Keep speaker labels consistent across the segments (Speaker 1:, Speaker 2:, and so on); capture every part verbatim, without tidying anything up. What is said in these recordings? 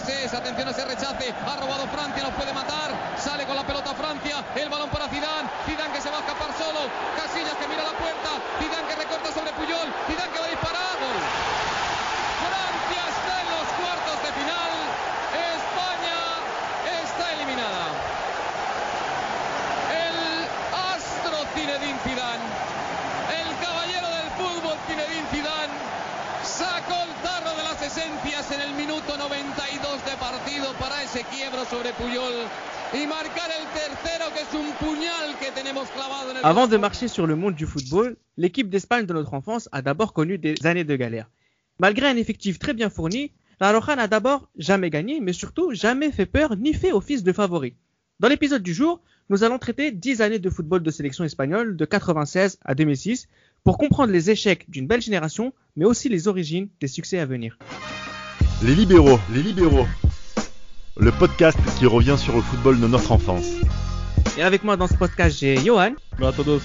Speaker 1: es, atención a ese rechace, ha robado Francia, nos puede matar, sale con la pelota Francia, el balón para Zidane, Zidane que se va a escapar solo, Casillas que mira la puerta, Zidane que recorta sobre Puyol, Zidane que va a disparar, gol. Francia está en los cuartos de final, España está eliminada. El astro Zinedine Zidane, el caballero del fútbol Zinedine Zidane, sacó el tarro de las esencias en el minuto noventa y dos de partido para ese quiebro sobre Puyol y marcar el tercero, que es un puñal que tenemos clavado en el...
Speaker 2: Avant de marcher sur le monde du football, l'équipe d'Espagne de notre enfance a d'abord connu des années de galère. Malgré un effectif très bien fourni, la Roja n'a d'abord jamais gagné, mais surtout jamais fait peur ni fait office de favori. Dans l'épisode du jour, nous allons traiter dix années de football de sélection espagnole de quatre-vingt-seize à deux mille six pour comprendre les échecs d'une belle génération, mais aussi les origines des succès à venir.
Speaker 3: Les libéraux, les libéraux. Le podcast qui revient sur le football de notre enfance.
Speaker 2: Et avec moi dans ce podcast, j'ai Johan.
Speaker 4: Hola a todos.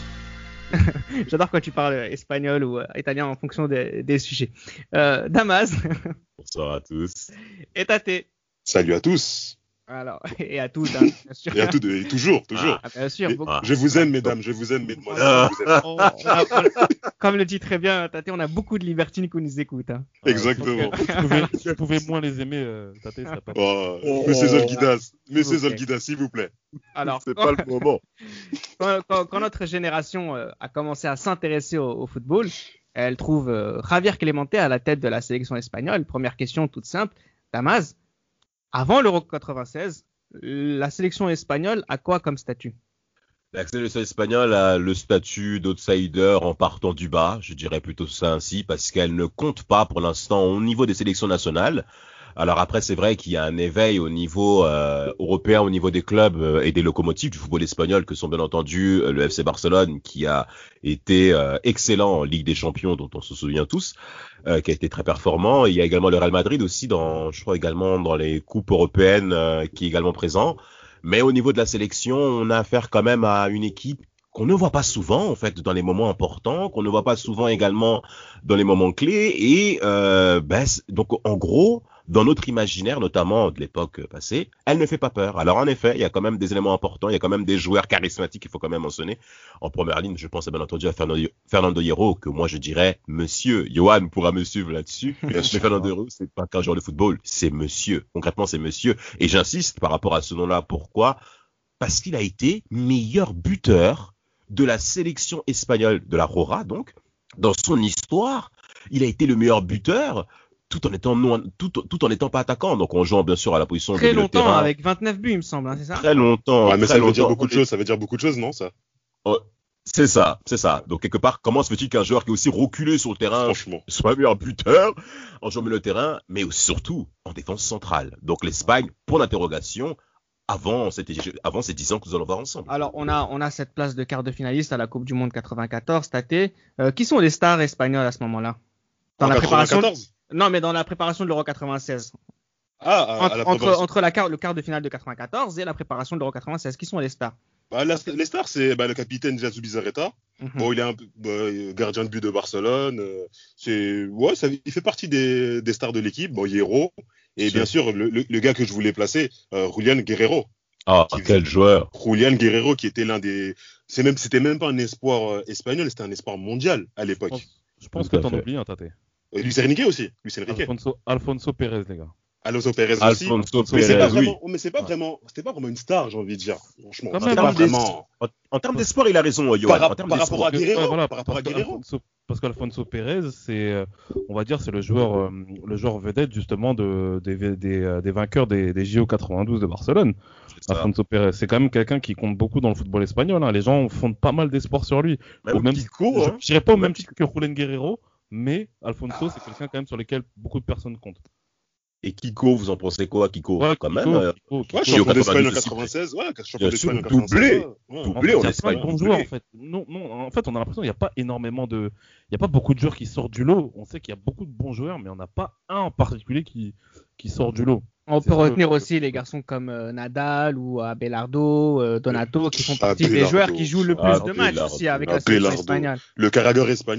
Speaker 2: J'adore quand tu parles espagnol ou euh, italien en fonction des, des sujets. Euh, Damas.
Speaker 5: Bonsoir à tous.
Speaker 2: Et Tate.
Speaker 6: Salut à tous.
Speaker 2: Alors, et à toutes, hein, bien sûr.
Speaker 6: Et à toutes, et toujours, toujours.
Speaker 2: Ah, bien sûr.
Speaker 6: Et,
Speaker 2: beaucoup.
Speaker 6: je vous aime, mesdames, je vous aime, mesdemoiselles.
Speaker 5: Ah.
Speaker 6: Je vous aime.
Speaker 2: On- on a- on- comme le dit très bien Tate, on a beaucoup de libertines qui nous écoutent. Hein.
Speaker 6: Exactement.
Speaker 4: Si tu pouvais, si tu pouvais moins les aimer, euh, Tate, ça serait pas.
Speaker 6: Oh,
Speaker 5: Oh.
Speaker 6: Monsieur Zolguidas, Monsieur
Speaker 2: Ok.
Speaker 6: Zolguidas, s'il vous plaît.
Speaker 2: Alors,
Speaker 5: C'est pas le moment.
Speaker 2: quand, quand- quand notre génération euh, a commencé à s'intéresser au, au football, elle trouve euh, Javier Clemente à la tête de la sélection espagnole. Première question toute simple. Damas, avant l'Euro quatre-vingt-seize, la sélection espagnole a quoi comme statut?
Speaker 5: La sélection espagnole a le statut d'outsider en partant du bas, je dirais plutôt ça ainsi, parce qu'elle ne compte pas pour l'instant au niveau des sélections nationales. Alors après, c'est vrai qu'il y a un éveil au niveau euh, européen, au niveau des clubs euh, et des locomotives du football espagnol, que sont bien entendu euh, le F C Barcelone, qui a été euh, excellent en Ligue des Champions, dont on se souvient tous, euh, qui a été très performant. Et il y a également le Real Madrid aussi, dans, je crois également dans les coupes européennes, euh, qui est également présent. Mais au niveau de la sélection, on a affaire quand même à une équipe qu'on ne voit pas souvent, en fait, dans les moments importants, qu'on ne voit pas souvent également dans les moments clés. Et euh, ben, donc, en gros, dans notre imaginaire, notamment de l'époque passée, elle ne fait pas peur. Alors, en effet, il y a quand même des éléments importants, il y a quand même des joueurs charismatiques qu'il faut quand même mentionner. En première ligne, je pense bien entendu à Fernando, Fernando Hierro, que moi je dirais monsieur. Johan pourra me suivre là-dessus. Mais Fernando Hierro, c'est pas qu'un joueur de football, c'est monsieur. Concrètement, c'est monsieur. Et j'insiste par rapport à ce nom-là. Pourquoi ? Parce qu'il a été meilleur buteur de la sélection espagnole, de la Roja donc, dans son histoire. Il a été le meilleur buteur tout en étant non, tout, tout en étant pas attaquant, donc en jouant bien sûr à la position
Speaker 2: Très
Speaker 5: de milieu de
Speaker 2: longtemps,
Speaker 5: terrain.
Speaker 2: avec vingt-neuf buts, il me semble, hein, c'est ça?
Speaker 5: Très longtemps.
Speaker 6: Ouais, mais
Speaker 5: très
Speaker 6: ça veut dire
Speaker 5: longtemps.
Speaker 6: beaucoup de choses, ça veut dire beaucoup de choses, non, ça?
Speaker 5: Oh, c'est ça, c'est ça. Donc quelque part, comment se fait-il qu'un joueur qui est aussi reculé sur le terrain
Speaker 6: Franchement.
Speaker 5: soit meilleur buteur en jouant au milieu de terrain, mais surtout en défense centrale. Donc l'Espagne, pour l'interrogation, avant ces, avant ces dix ans que nous allons voir ensemble.
Speaker 2: Alors, on a, on a cette place de quart de finaliste à la Coupe du Monde quatre-vingt-quatorze, Tate. Euh, qui sont les stars espagnoles à ce moment-là? Dans
Speaker 6: En
Speaker 2: la préparation.
Speaker 6: quatre-vingt-quatorze
Speaker 2: Non, mais dans la préparation de l'Euro quatre-vingt-seize.
Speaker 6: Ah, à,
Speaker 2: Entre,
Speaker 6: à la
Speaker 2: entre,
Speaker 6: préparation.
Speaker 2: entre la quart, le quart de finale de quatre-vingt-quatorze et la préparation de l'Euro quatre-vingt-seize, qui sont les stars?
Speaker 6: Bah, la- les stars, c'est bah, le capitaine Jesus Bizarreta.
Speaker 2: Mhm.
Speaker 6: Bon, il est un peu bah, gardien de but de Barcelone. euh, c'est ouais, ça, il fait partie des, des stars de l'équipe. Bon, Hierro. Et
Speaker 5: Sûr.
Speaker 6: bien sûr, le, le, le gars que je voulais placer, euh, Julián Guerrero.
Speaker 5: Ah,
Speaker 6: qui-
Speaker 5: quel joueur.
Speaker 6: Julián Guerrero, qui était l'un des. C'est même, c'était même pas un espoir euh, espagnol, c'était un espoir mondial à l'époque.
Speaker 4: Je pense, je pense
Speaker 5: Tout
Speaker 4: que
Speaker 5: à
Speaker 4: t'en
Speaker 5: fait.
Speaker 4: oublies, hein, Tate.
Speaker 6: Euh, Luis Enrique aussi. Luis Enrique.
Speaker 4: Alfonso, Alfonso Pérez, les gars.
Speaker 6: Alonso Pérez aussi.
Speaker 5: Alfonso
Speaker 6: Mais c'est pas
Speaker 5: Pérez, oui.
Speaker 6: vraiment, mais c'est pas vraiment, c'était pas vraiment une star, j'ai envie de dire. Franchement,
Speaker 4: Quand
Speaker 6: c'était
Speaker 4: même,
Speaker 6: pas
Speaker 4: hein,
Speaker 6: vraiment.
Speaker 5: En, en termes d'espoir, il a raison, Johan.
Speaker 6: Par, rap-
Speaker 5: en termes
Speaker 6: par
Speaker 5: d'espoir.
Speaker 6: rapport à
Speaker 4: Parce que-
Speaker 6: Guerrero,
Speaker 4: ouais, voilà,
Speaker 6: par rapport à
Speaker 4: parce que
Speaker 6: Guerrero.
Speaker 4: Alfonso- parce qu'Alfonso Pérez, c'est, euh, on va dire, c'est le joueur, euh, le joueur vedette justement de, des, des, euh, des vainqueurs des, des J O quatre-vingt-douze de Barcelone.
Speaker 5: C'est ça.
Speaker 4: Alfonso Pérez, c'est quand même quelqu'un qui compte beaucoup dans le football espagnol. Hein. Les gens fondent pas mal d'espoir sur lui.
Speaker 5: Même
Speaker 4: Au même,
Speaker 5: Kiko,
Speaker 4: je
Speaker 5: hein.
Speaker 4: je dirais pas au même
Speaker 5: Même
Speaker 4: titre que Julen Guerrero, mais Alfonso, c'est quelqu'un quand même sur lequel beaucoup de personnes comptent.
Speaker 5: Et Kiko, vous en pensez quoi, Kiko?
Speaker 4: Ouais,
Speaker 5: Quand
Speaker 4: Kiko,
Speaker 5: même. euh,
Speaker 4: Kiko, Kiko.
Speaker 6: Ouais,
Speaker 5: J O
Speaker 6: champion d'Espagne en
Speaker 5: quatre-vingt-douze aussi.
Speaker 6: quatre-vingt-seize, ouais, champion
Speaker 5: Bien
Speaker 6: d'Espagne en
Speaker 5: sûr,
Speaker 6: quatre-vingt-seize.
Speaker 5: doublé.
Speaker 6: ouais. Ouais.
Speaker 5: Doublé.
Speaker 4: En fait,
Speaker 5: en
Speaker 4: il y a plein
Speaker 5: Espagne,
Speaker 4: de bons
Speaker 5: doublé.
Speaker 4: joueurs en fait. Non, non, en fait, on a l'impression qu'il n'y a pas énormément de, il n'y a pas beaucoup de joueurs qui sortent du lot. On sait qu'il y a beaucoup de bons joueurs, mais on n'a pas un en particulier qui, qui sort du lot.
Speaker 2: On
Speaker 4: C'est
Speaker 2: peut
Speaker 4: ça.
Speaker 2: retenir aussi les garçons comme euh, Nadal ou Abelardo, euh, Donato, qui font partie des
Speaker 6: Abelardo.
Speaker 2: joueurs qui jouent le plus de
Speaker 5: Abelardo.
Speaker 2: matchs aussi avec la sélection
Speaker 6: Abelardo.
Speaker 2: espagnole.
Speaker 6: Le caragor espagnol.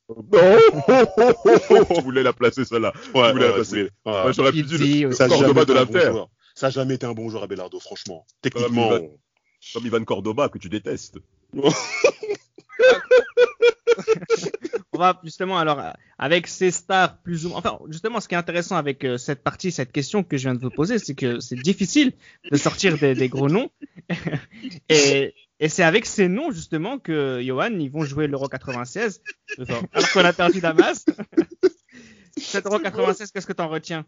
Speaker 5: Non. Tu voulais la placer celle-là.
Speaker 6: Ouais,
Speaker 5: Tu voulais la
Speaker 6: ouais,
Speaker 5: placer.
Speaker 6: ouais.
Speaker 5: Moi, j'aurais pu
Speaker 2: Pizzi
Speaker 5: dire le
Speaker 2: aussi.
Speaker 6: Ça a jamais
Speaker 5: Cordoba
Speaker 6: été
Speaker 5: de
Speaker 6: un
Speaker 5: la
Speaker 6: bon
Speaker 5: Terre.
Speaker 6: joueur. Ça a jamais été un bon joueur, Abelardo, franchement.
Speaker 5: Comme
Speaker 6: Techniquement.
Speaker 5: Ivan, comme Ivan Cordoba que tu détestes.
Speaker 2: On va justement alors euh, avec ces stars plus ou moins. Enfin, justement, ce qui est intéressant avec euh, cette partie, cette question que je viens de vous poser, c'est que c'est difficile de sortir des, des gros noms. et, et c'est avec ces noms justement que Johan, ils vont jouer l'Euro quatre-vingt-seize.
Speaker 4: C'est ça.
Speaker 2: Alors qu'on a perdu Damas. Cet Euro quatre-vingt-seize, qu'est-ce que t'en retiens?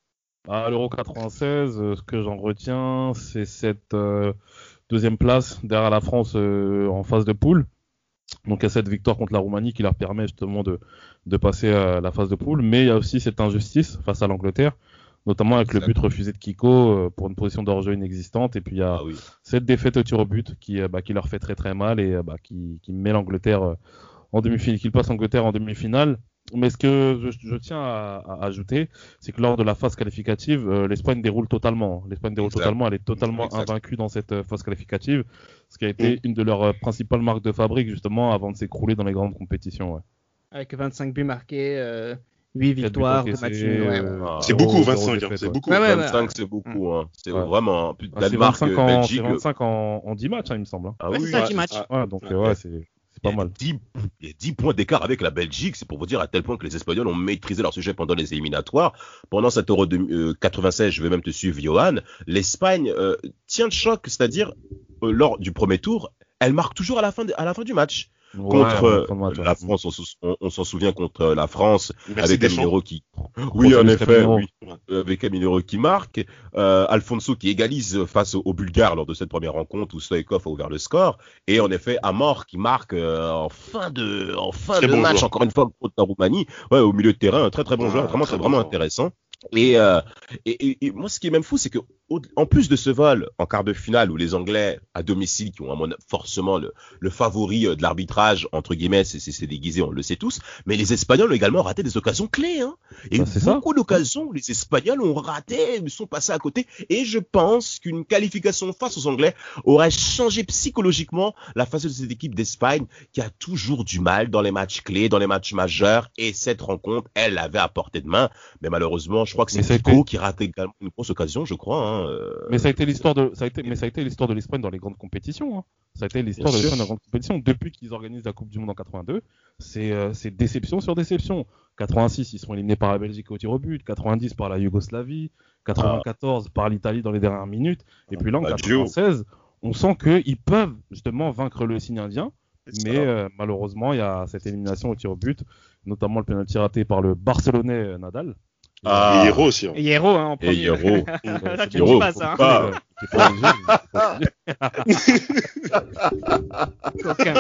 Speaker 4: À l'Euro quatre-vingt-seize, euh, ce que j'en retiens, c'est cette euh, deuxième place derrière la France euh, en phase de poule. Donc il y a cette victoire contre la Roumanie qui leur permet justement de, de passer à la phase de poule. Mais il y a aussi cette injustice face à l'Angleterre, notamment avec
Speaker 5: Exact.
Speaker 4: le but refusé de Kiko euh, pour une position de hors-jeu inexistante. Et puis il y a
Speaker 5: Ah oui.
Speaker 4: cette défaite au tir au but qui, euh, bah, qui leur fait très très mal et euh, bah, qui, qui met l'Angleterre euh, en demi-finale, qui passe l'Angleterre en demi-finale. Mais ce que je, je tiens à, à ajouter, c'est que lors de la phase qualificative, euh, l'Espagne déroule totalement. L'Espagne déroule
Speaker 5: Exact.
Speaker 4: totalement, elle est totalement
Speaker 5: Exact.
Speaker 4: invaincue dans cette euh, phase qualificative, ce qui a été une de leurs euh, principales marques de fabrique justement avant de s'écrouler dans les grandes compétitions. Ouais.
Speaker 2: Avec vingt-cinq buts marqués, euh, huit
Speaker 4: Quatre buts
Speaker 2: victoires, deux
Speaker 4: encaissés,
Speaker 2: matchs nuls. Ouais, ouais.
Speaker 4: euh,
Speaker 5: Ah,
Speaker 6: C'est
Speaker 4: zéro-
Speaker 6: beaucoup,
Speaker 4: zéro
Speaker 6: vingt-cinq.
Speaker 4: défaite,
Speaker 6: hein, c'est
Speaker 4: ouais.
Speaker 6: beaucoup.
Speaker 2: Ouais, ouais, ouais.
Speaker 5: vingt-cinq, c'est beaucoup. Hein. C'est
Speaker 2: Mm.
Speaker 5: vraiment.
Speaker 4: Ah, c'est
Speaker 5: Danemark,
Speaker 4: vingt-cinq en,
Speaker 5: Belgique.
Speaker 4: c'est vingt-cinq en, en dix matchs, hein, il me semble. Hein.
Speaker 5: Ah
Speaker 2: Ouais,
Speaker 5: oui,
Speaker 2: c'est ça,
Speaker 6: ouais,
Speaker 2: dix matchs.
Speaker 6: ah,
Speaker 4: Ouais, donc
Speaker 6: ouais.
Speaker 4: euh, ouais, c'est c'est pas
Speaker 5: Il y a
Speaker 4: mal.
Speaker 5: dix il y a dix points d'écart avec la Belgique, c'est pour vous dire à tel point que les Espagnols ont maîtrisé leur sujet pendant les éliminatoires. Pendant cet Euro de, euh, quatre-vingt-seize, je vais même te suivre, Johan, l'Espagne euh, tient le choc, c'est-à-dire euh, lors du premier tour, elle marque toujours à la fin, de, à la fin du match.
Speaker 4: Ouais,
Speaker 5: Contre
Speaker 4: ouais,
Speaker 5: euh,
Speaker 4: fin de match, ouais.
Speaker 5: la France, on, se- on, on s'en souvient contre euh, la France,
Speaker 6: Merci
Speaker 5: avec
Speaker 6: Deschamps.
Speaker 5: Caminero qui... Oui, en
Speaker 4: José
Speaker 5: effet,
Speaker 4: Caminero.
Speaker 5: oui. Euh, avec Caminero qui marque, euh, Alfonso qui égalise face aux, aux Bulgares lors de cette première rencontre où Stoïkov a ouvert le score, et en effet Amor qui marque euh, en fin de, en fin
Speaker 6: Très
Speaker 5: de
Speaker 6: bon
Speaker 5: match,
Speaker 6: joueur.
Speaker 5: encore une fois contre la Roumanie, ouais, au milieu de terrain, un très très bon
Speaker 6: Ouais,
Speaker 5: joueur, vraiment,
Speaker 6: très
Speaker 5: très,
Speaker 6: bon
Speaker 5: vraiment
Speaker 6: joueur.
Speaker 5: intéressant. Et, euh, et, et, et moi, ce qui est même fou, c'est que au- en plus de ce vol en quart de finale où les Anglais à domicile, qui ont à mon avis, forcément le, le favori euh, de l'arbitrage entre guillemets, c'est, c'est, c'est déguisé, on le sait tous, mais les Espagnols ont également raté des occasions clés. Hein. Et
Speaker 4: Bah, c'est ça.
Speaker 5: beaucoup d'occasions où les Espagnols ont raté, ils sont passés à côté. Et je pense qu'une qualification face aux Anglais aurait changé psychologiquement la face de cette équipe d'Espagne qui a toujours du mal dans les matchs clés, dans les matchs majeurs. Et cette rencontre, elle l'avait à portée de main. Mais malheureusement, je crois que c'est
Speaker 4: Mais ça a
Speaker 5: Kiko
Speaker 4: été-
Speaker 5: qui rate également une grosse occasion, je crois. Hein. euh,
Speaker 4: Mais ça a été l'histoire de, ça a été, mais ça a été l'histoire de l'Espagne dans les grandes compétitions. Hein. Ça a été l'histoire
Speaker 5: Bien
Speaker 4: de l'Espagne
Speaker 5: sûr.
Speaker 4: dans les grandes compétitions depuis qu'ils organisent la Coupe du Monde en quatre-vingt-deux. C'est, euh, c'est déception sur déception. quatre-vingt-six, ils sont éliminés par la Belgique au tir au but. quatre-vingt-dix par la Yougoslavie. quatre-vingt-quatorze par l'Italie dans les dernières minutes. Et puis là, en
Speaker 5: Bah,
Speaker 4: quatre-vingt-seize, on sent qu'ils peuvent justement vaincre le signe indien.
Speaker 5: C'est
Speaker 4: Mais
Speaker 5: ça.
Speaker 4: euh, malheureusement, il y a cette élimination au tir au but, notamment le penalty raté par le Barcelonais euh, Nadal.
Speaker 5: Ah.
Speaker 6: Et Hierro aussi. hein.
Speaker 2: Et Hierro, hein, en
Speaker 5: Et
Speaker 2: premier.
Speaker 5: Hierro.
Speaker 2: Là, tu
Speaker 5: Hierro,
Speaker 2: dis pas
Speaker 5: faut
Speaker 2: ça. Hein.
Speaker 5: pas.
Speaker 4: Euh, j'étais pas obligé, mais j'étais pas obligé.
Speaker 2: Coquin.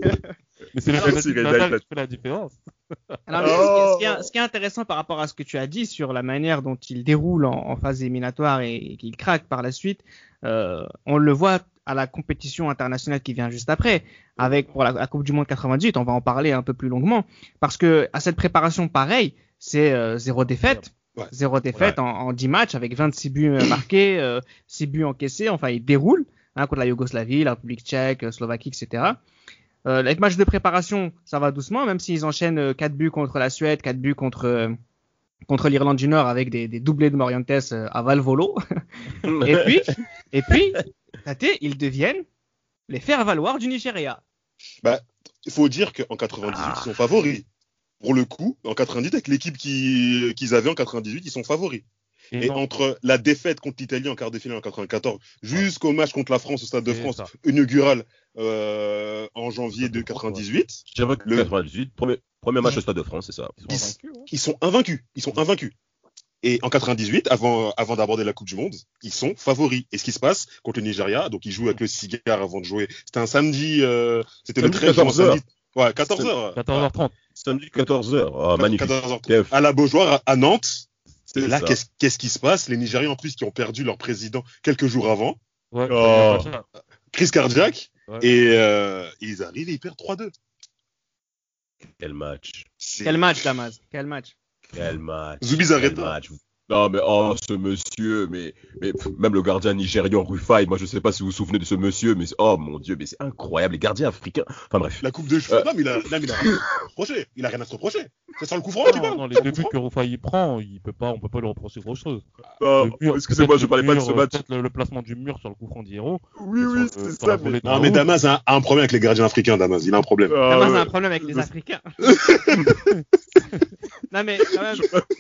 Speaker 4: Mais c'est le
Speaker 5: Merci,
Speaker 4: penalty de
Speaker 5: Gaël
Speaker 4: Nadal
Speaker 5: Daït.
Speaker 4: qui fait la différence.
Speaker 2: Alors, mais ce, qui est, ce qui est- ce qui est intéressant par rapport à ce que tu as dit sur la manière dont il déroule en, en phase éliminatoire et, et qu'il craque par la suite, euh, on le voit à la compétition internationale qui vient juste après, avec pour la, la Coupe du Monde quatre-vingt-dix-huit, on va en parler un peu plus longuement, parce que à cette préparation, pareil, c'est euh, zéro défaite.
Speaker 6: Ouais.
Speaker 2: Zéro défaite
Speaker 5: Ouais.
Speaker 2: en, en dix matchs avec vingt-six buts euh, marqués, euh, six buts encaissés, enfin il déroule hein, contre la Yougoslavie, la République tchèque, euh, Slovaquie, et cetera. Euh, les matchs de préparation, ça va doucement, même s'ils enchaînent euh, quatre buts contre la Suède, quatre buts contre euh, contre l'Irlande du Nord avec des, des doublés de Morientes euh, à Valvolo. et puis, et puis, Tate, ils deviennent les faire-valoir du Nigeria.
Speaker 6: Bah, il faut dire qu'en quatre-vingt-dix-huit, ils sont favoris. Pour le coup, en quatre-vingt-dix, avec l'équipe qui- qu'ils avaient en quatre-vingt-dix-huit, ils sont favoris. Et
Speaker 4: non,
Speaker 6: entre la défaite contre l'Italie en quart de finale en quatre-vingt-quatorze jusqu'au match contre la France au Stade de
Speaker 4: c'est
Speaker 6: France
Speaker 4: ça.
Speaker 6: inaugural euh, en janvier de
Speaker 4: Stade de France,
Speaker 6: quatre-vingt-dix-huit,
Speaker 5: Je dirais que
Speaker 6: Le-
Speaker 5: quatre-vingt-dix-huit, premier, premier match au Stade de France, c'est ça.
Speaker 4: Ils sont invaincus, ouais.
Speaker 6: ils sont invaincus. Ils sont invaincus. Et en quatre-vingt-dix-huit, avant, avant d'aborder la Coupe du Monde, ils sont favoris. Et ce qui se passe contre le Nigeria, donc ils jouent avec le cigare avant de jouer. C'était un samedi, euh, c'était le
Speaker 5: Samedi,
Speaker 6: treize juin,
Speaker 5: quatorze heures.
Speaker 6: samedi. Ouais, quatorze heures.
Speaker 4: quatorze heures trente.
Speaker 5: Samedi quatorze heures. Oh, magnifique.
Speaker 6: quatorze heures.
Speaker 5: Kev.
Speaker 6: À la Beaujoire, à- à Nantes.
Speaker 5: C'est
Speaker 6: Et là,
Speaker 5: ça.
Speaker 6: qu'est-ce, qu'est-ce qui se passe? Les Nigériens, en plus, qui ont perdu leur président quelques jours avant,
Speaker 4: Ouais,
Speaker 5: Oh.
Speaker 4: ça vient pas de ça.
Speaker 6: crise cardiaque,
Speaker 4: Ouais.
Speaker 6: et euh, ils arrivent et ils perdent trois deux.
Speaker 5: Quel match.
Speaker 6: C'est-
Speaker 2: Quel match, Damas. Quel match.
Speaker 5: Quel match.
Speaker 6: Zubizarreta.
Speaker 5: Quel match. Non, mais oh, ce monsieur, mais, mais pff, même le gardien nigérian Rufai, moi je sais pas si vous vous souvenez de ce monsieur, mais oh mon Dieu, mais c'est incroyable, les gardiens africains. Enfin bref.
Speaker 6: La coupe de cheveux,
Speaker 5: Euh.
Speaker 6: non, mais il a, non, mais il a rien à se reprocher. Il a rien à se reprocher. C'est sur le coup franc, tu
Speaker 4: Non,
Speaker 6: parles
Speaker 4: non, les
Speaker 6: Sur
Speaker 4: deux
Speaker 6: le coup
Speaker 4: buts
Speaker 6: franc
Speaker 4: que Rufai prend, il peut pas, on peut pas lui reprocher grand chose.
Speaker 5: Oh,
Speaker 4: Le mur,
Speaker 5: excusez-moi,
Speaker 4: peut-être
Speaker 5: je
Speaker 4: le
Speaker 5: parlais pas de ce
Speaker 4: mur,
Speaker 5: match.
Speaker 4: Peut-être le, le placement du mur sur le coup franc d'Hierro.
Speaker 5: Oui,
Speaker 4: sur
Speaker 5: oui,
Speaker 4: le-
Speaker 5: c'est
Speaker 4: sur la
Speaker 5: ça.
Speaker 4: volée
Speaker 5: Mais...
Speaker 4: de
Speaker 6: Non, mais
Speaker 4: Raoult.
Speaker 6: Damas a un, a un problème avec les gardiens africains, Damas. Il a un problème.
Speaker 5: Ah,
Speaker 2: Damas
Speaker 5: ouais.
Speaker 2: a un problème avec les
Speaker 5: Je-
Speaker 2: Africains. Non, mais quand même,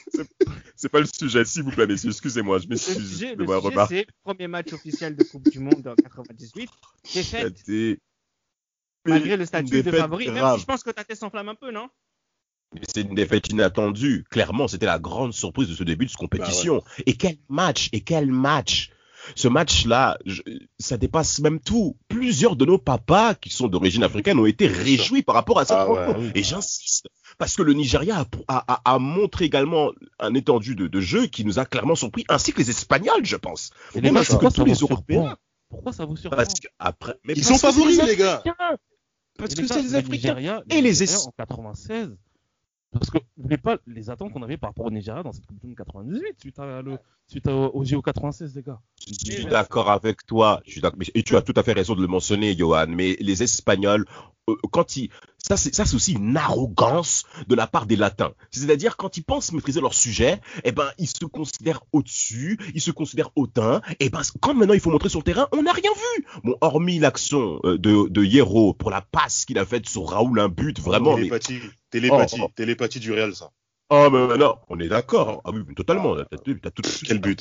Speaker 5: C'est pas le sujet, s'il vous plaît, messieurs, excusez-moi, je
Speaker 2: le
Speaker 5: m'excuse
Speaker 2: sujet,
Speaker 5: de
Speaker 2: le
Speaker 5: ma
Speaker 2: sujet
Speaker 5: remarque.
Speaker 2: c'est premier match officiel de Coupe du Monde en quatre-vingt-dix-huit. Défaite,
Speaker 5: C'était-
Speaker 2: malgré le
Speaker 5: Une
Speaker 2: statut de
Speaker 5: défaite
Speaker 2: favori. Même
Speaker 5: grave.
Speaker 2: si je pense que Tate s'enflamme un peu, non?
Speaker 5: Mais c'est une défaite inattendue. Clairement, c'était la grande surprise de ce début de cette compétition. Et quel match, et quel match. Ce match-là, je- ça dépasse même tout. Plusieurs de nos papas qui sont d'origine africaine ont été
Speaker 6: Bien sûr.
Speaker 5: réjouis par rapport à cette
Speaker 6: Ah ouais,
Speaker 5: rencontre.
Speaker 6: oui.
Speaker 5: Et j'insiste, parce que le Nigeria a, a- a montré également un étendu de, de jeu qui nous a clairement surpris, ainsi que les Espagnols, je pense.
Speaker 4: Et les
Speaker 5: Même
Speaker 4: gars,
Speaker 5: ainsi que
Speaker 4: pourquoi ça
Speaker 5: tous les
Speaker 4: vous surprend
Speaker 5: Européens.
Speaker 4: Pourquoi ça vous surprend
Speaker 5: Parce que après, mais
Speaker 6: Ils
Speaker 5: parce
Speaker 6: sont
Speaker 5: que c'est
Speaker 6: favoris,
Speaker 5: les
Speaker 6: les gars.
Speaker 5: Africains. Parce
Speaker 4: Et
Speaker 5: que
Speaker 4: les
Speaker 5: c'est
Speaker 4: gars,
Speaker 5: les
Speaker 4: le
Speaker 5: Africains.
Speaker 4: Nigeria-
Speaker 5: et
Speaker 4: le
Speaker 5: les
Speaker 4: Nigeria
Speaker 5: Es-
Speaker 4: en quatre-vingt-seize. Parce que n'oubliez pas les attentes qu'on avait par rapport au Nigeria dans cette Coupe du Monde quatre-vingt-dix-huit suite à le suite au, au J O quatre-vingt-seize, les gars.
Speaker 5: Je suis d'accord avec toi. Je suis d'accord. Mais- Et tu as tout à fait raison de le mentionner, Johan. Mais les Espagnols, euh, quand ils, ça c'est, ça c'est aussi une arrogance de la part des Latins. C'est-à-dire quand ils pensent maîtriser leur sujet, eh ben ils se considèrent au-dessus, ils se considèrent hautains. Et ben quand maintenant il faut montrer sur le terrain, on n'a rien vu. Bon, hormis l'action euh, de de Hierro pour la passe qu'il a faite sur Raoul, un but vraiment. Mais...
Speaker 6: Télépathie, télépathie,
Speaker 5: Oh, oh.
Speaker 6: télépathie du Real, ça.
Speaker 5: Oh, mais non, on est d'accord. Ah oui, mais totalement. T'as, t'as, t'as tout,
Speaker 6: Quel but.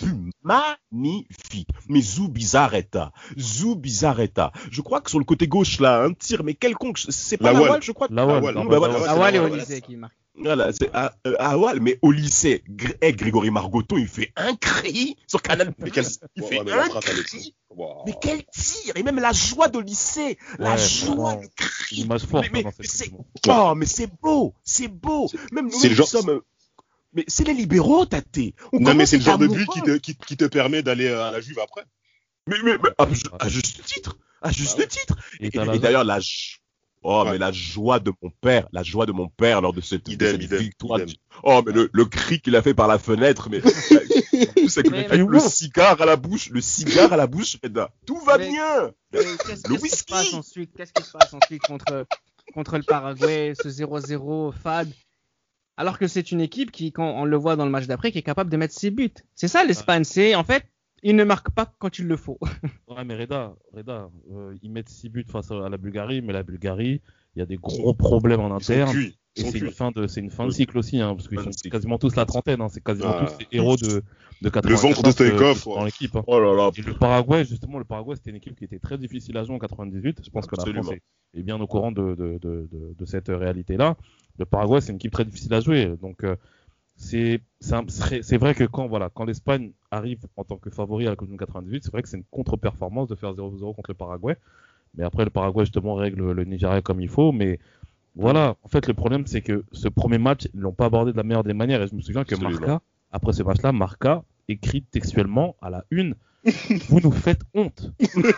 Speaker 5: Magnifique. Mais Zubizarreta. Zubizarreta. Je crois que sur le côté gauche, là, un tir, mais quelconque. C'est pas
Speaker 6: Lawal.
Speaker 5: Lawal, je crois.
Speaker 4: Lawal,
Speaker 5: Lawal,
Speaker 4: Lawal,
Speaker 5: bah voilà,
Speaker 4: Lawal.
Speaker 5: c'est
Speaker 2: Awal et
Speaker 5: Lawal,
Speaker 2: Olysée
Speaker 5: voilà.
Speaker 2: qui marquent.
Speaker 5: Voilà, c'est ah, euh, Awal, mais au lycée, Gr- eh, Grégory Margoton, il fait un cri sur Canal+.
Speaker 6: Mais quel,
Speaker 5: Il
Speaker 6: ouais,
Speaker 5: fait
Speaker 6: ouais, mais la
Speaker 5: un
Speaker 6: frappe, Alexis.
Speaker 5: cri.
Speaker 6: Wow.
Speaker 5: Mais quel tir. Et même la joie de lycée. La
Speaker 4: Ouais,
Speaker 5: joie,
Speaker 4: vraiment.
Speaker 5: le cri.
Speaker 4: Une image forte
Speaker 5: Mais-
Speaker 4: hein,
Speaker 5: mais
Speaker 4: dans cette
Speaker 5: c'est-
Speaker 4: Coupe du Monde.
Speaker 5: Oh, mais c'est beau, c'est beau. Même nous,
Speaker 6: c'est le
Speaker 5: nous
Speaker 6: genre-
Speaker 5: sommes. euh, Mais c'est les libéraux, Tate. On
Speaker 6: Non, mais
Speaker 5: commence
Speaker 6: c'est le
Speaker 5: à
Speaker 6: genre de
Speaker 5: être
Speaker 6: but qui
Speaker 5: amoureux.
Speaker 6: te, qui, qui te permet d'aller à la Juve après.
Speaker 5: Mais, mais, mais à, ju- à juste titre. À juste
Speaker 6: Bah oui.
Speaker 5: titre.
Speaker 4: Et
Speaker 5: Et,
Speaker 4: t'as la
Speaker 5: et d'ailleurs, la. jo- Oh,
Speaker 6: Ouais.
Speaker 5: mais la joie de mon père, la joie de mon père lors de cette, de
Speaker 6: Idem,
Speaker 5: cette
Speaker 6: idem,
Speaker 5: victoire.
Speaker 6: idem.
Speaker 5: Oh, mais le, le cri qu'il a fait par la fenêtre, mais. c'est que
Speaker 2: Mais-
Speaker 5: avec le cigare à la bouche, le cigare à la bouche, Reda. Tout va
Speaker 2: Mais-
Speaker 5: bien.
Speaker 2: Mais Qu'est-ce
Speaker 5: Le
Speaker 2: qu'est-ce qui se
Speaker 5: whisky.
Speaker 2: passe ensuite? Qu'est-ce qui se passe ensuite contre, contre le Paraguay, ce zéro zéro fade? Alors que c'est une équipe qui, quand on le voit dans le match d'après, qui est capable de mettre ses buts. C'est ça l'Espagne, c'est en fait, ils ne marquent pas quand il le faut.
Speaker 4: Ouais, mais Reda, Reda euh, ils mettent six buts face à la Bulgarie, mais la Bulgarie, il y a des gros problèmes en
Speaker 6: Ils sont
Speaker 4: interne.
Speaker 6: cuits.
Speaker 4: Et
Speaker 6: Ils sont
Speaker 4: c'est une
Speaker 6: cuits.
Speaker 4: fin de, c'est une fin de
Speaker 5: Oui.
Speaker 4: cycle aussi, hein, parce qu'ils
Speaker 5: Fin de
Speaker 4: sont
Speaker 5: cycle.
Speaker 4: quasiment tous la trentaine, hein, c'est quasiment
Speaker 6: Ah.
Speaker 4: tous les héros de, de
Speaker 6: Le ventre de
Speaker 4: quatre-vingt-quatorze,
Speaker 6: Stoïkov,
Speaker 4: euh,
Speaker 6: ouais.
Speaker 4: dans l'équipe. hein.
Speaker 5: Oh là là.
Speaker 4: Et le Paraguay, justement, le Paraguay, c'était une équipe qui était très difficile à jouer en quatre-vingt-dix-huit. Je pense que la
Speaker 5: Absolument.
Speaker 4: France est, est bien au courant de, de, de, de, de cette réalité-là. Le Paraguay, c'est une équipe très difficile à jouer. Donc, euh, c'est, c'est, un- c'est c'est vrai que quand, voilà, quand l'Espagne arrive en tant que favori à la Coupe du Monde quatre-vingt-dix-huit, c'est vrai que c'est une contre-performance de faire zéro zéro contre le Paraguay. Mais après, le Paraguay, justement, règle le Nigeria comme il faut. Mais voilà, en fait, le problème, c'est que ce premier match, ils l'ont pas abordé de la meilleure des manières. Et je me souviens que
Speaker 5: Absolument.
Speaker 4: Marca, après ce match-là, Marca écrit textuellement à la une, vous nous faites honte.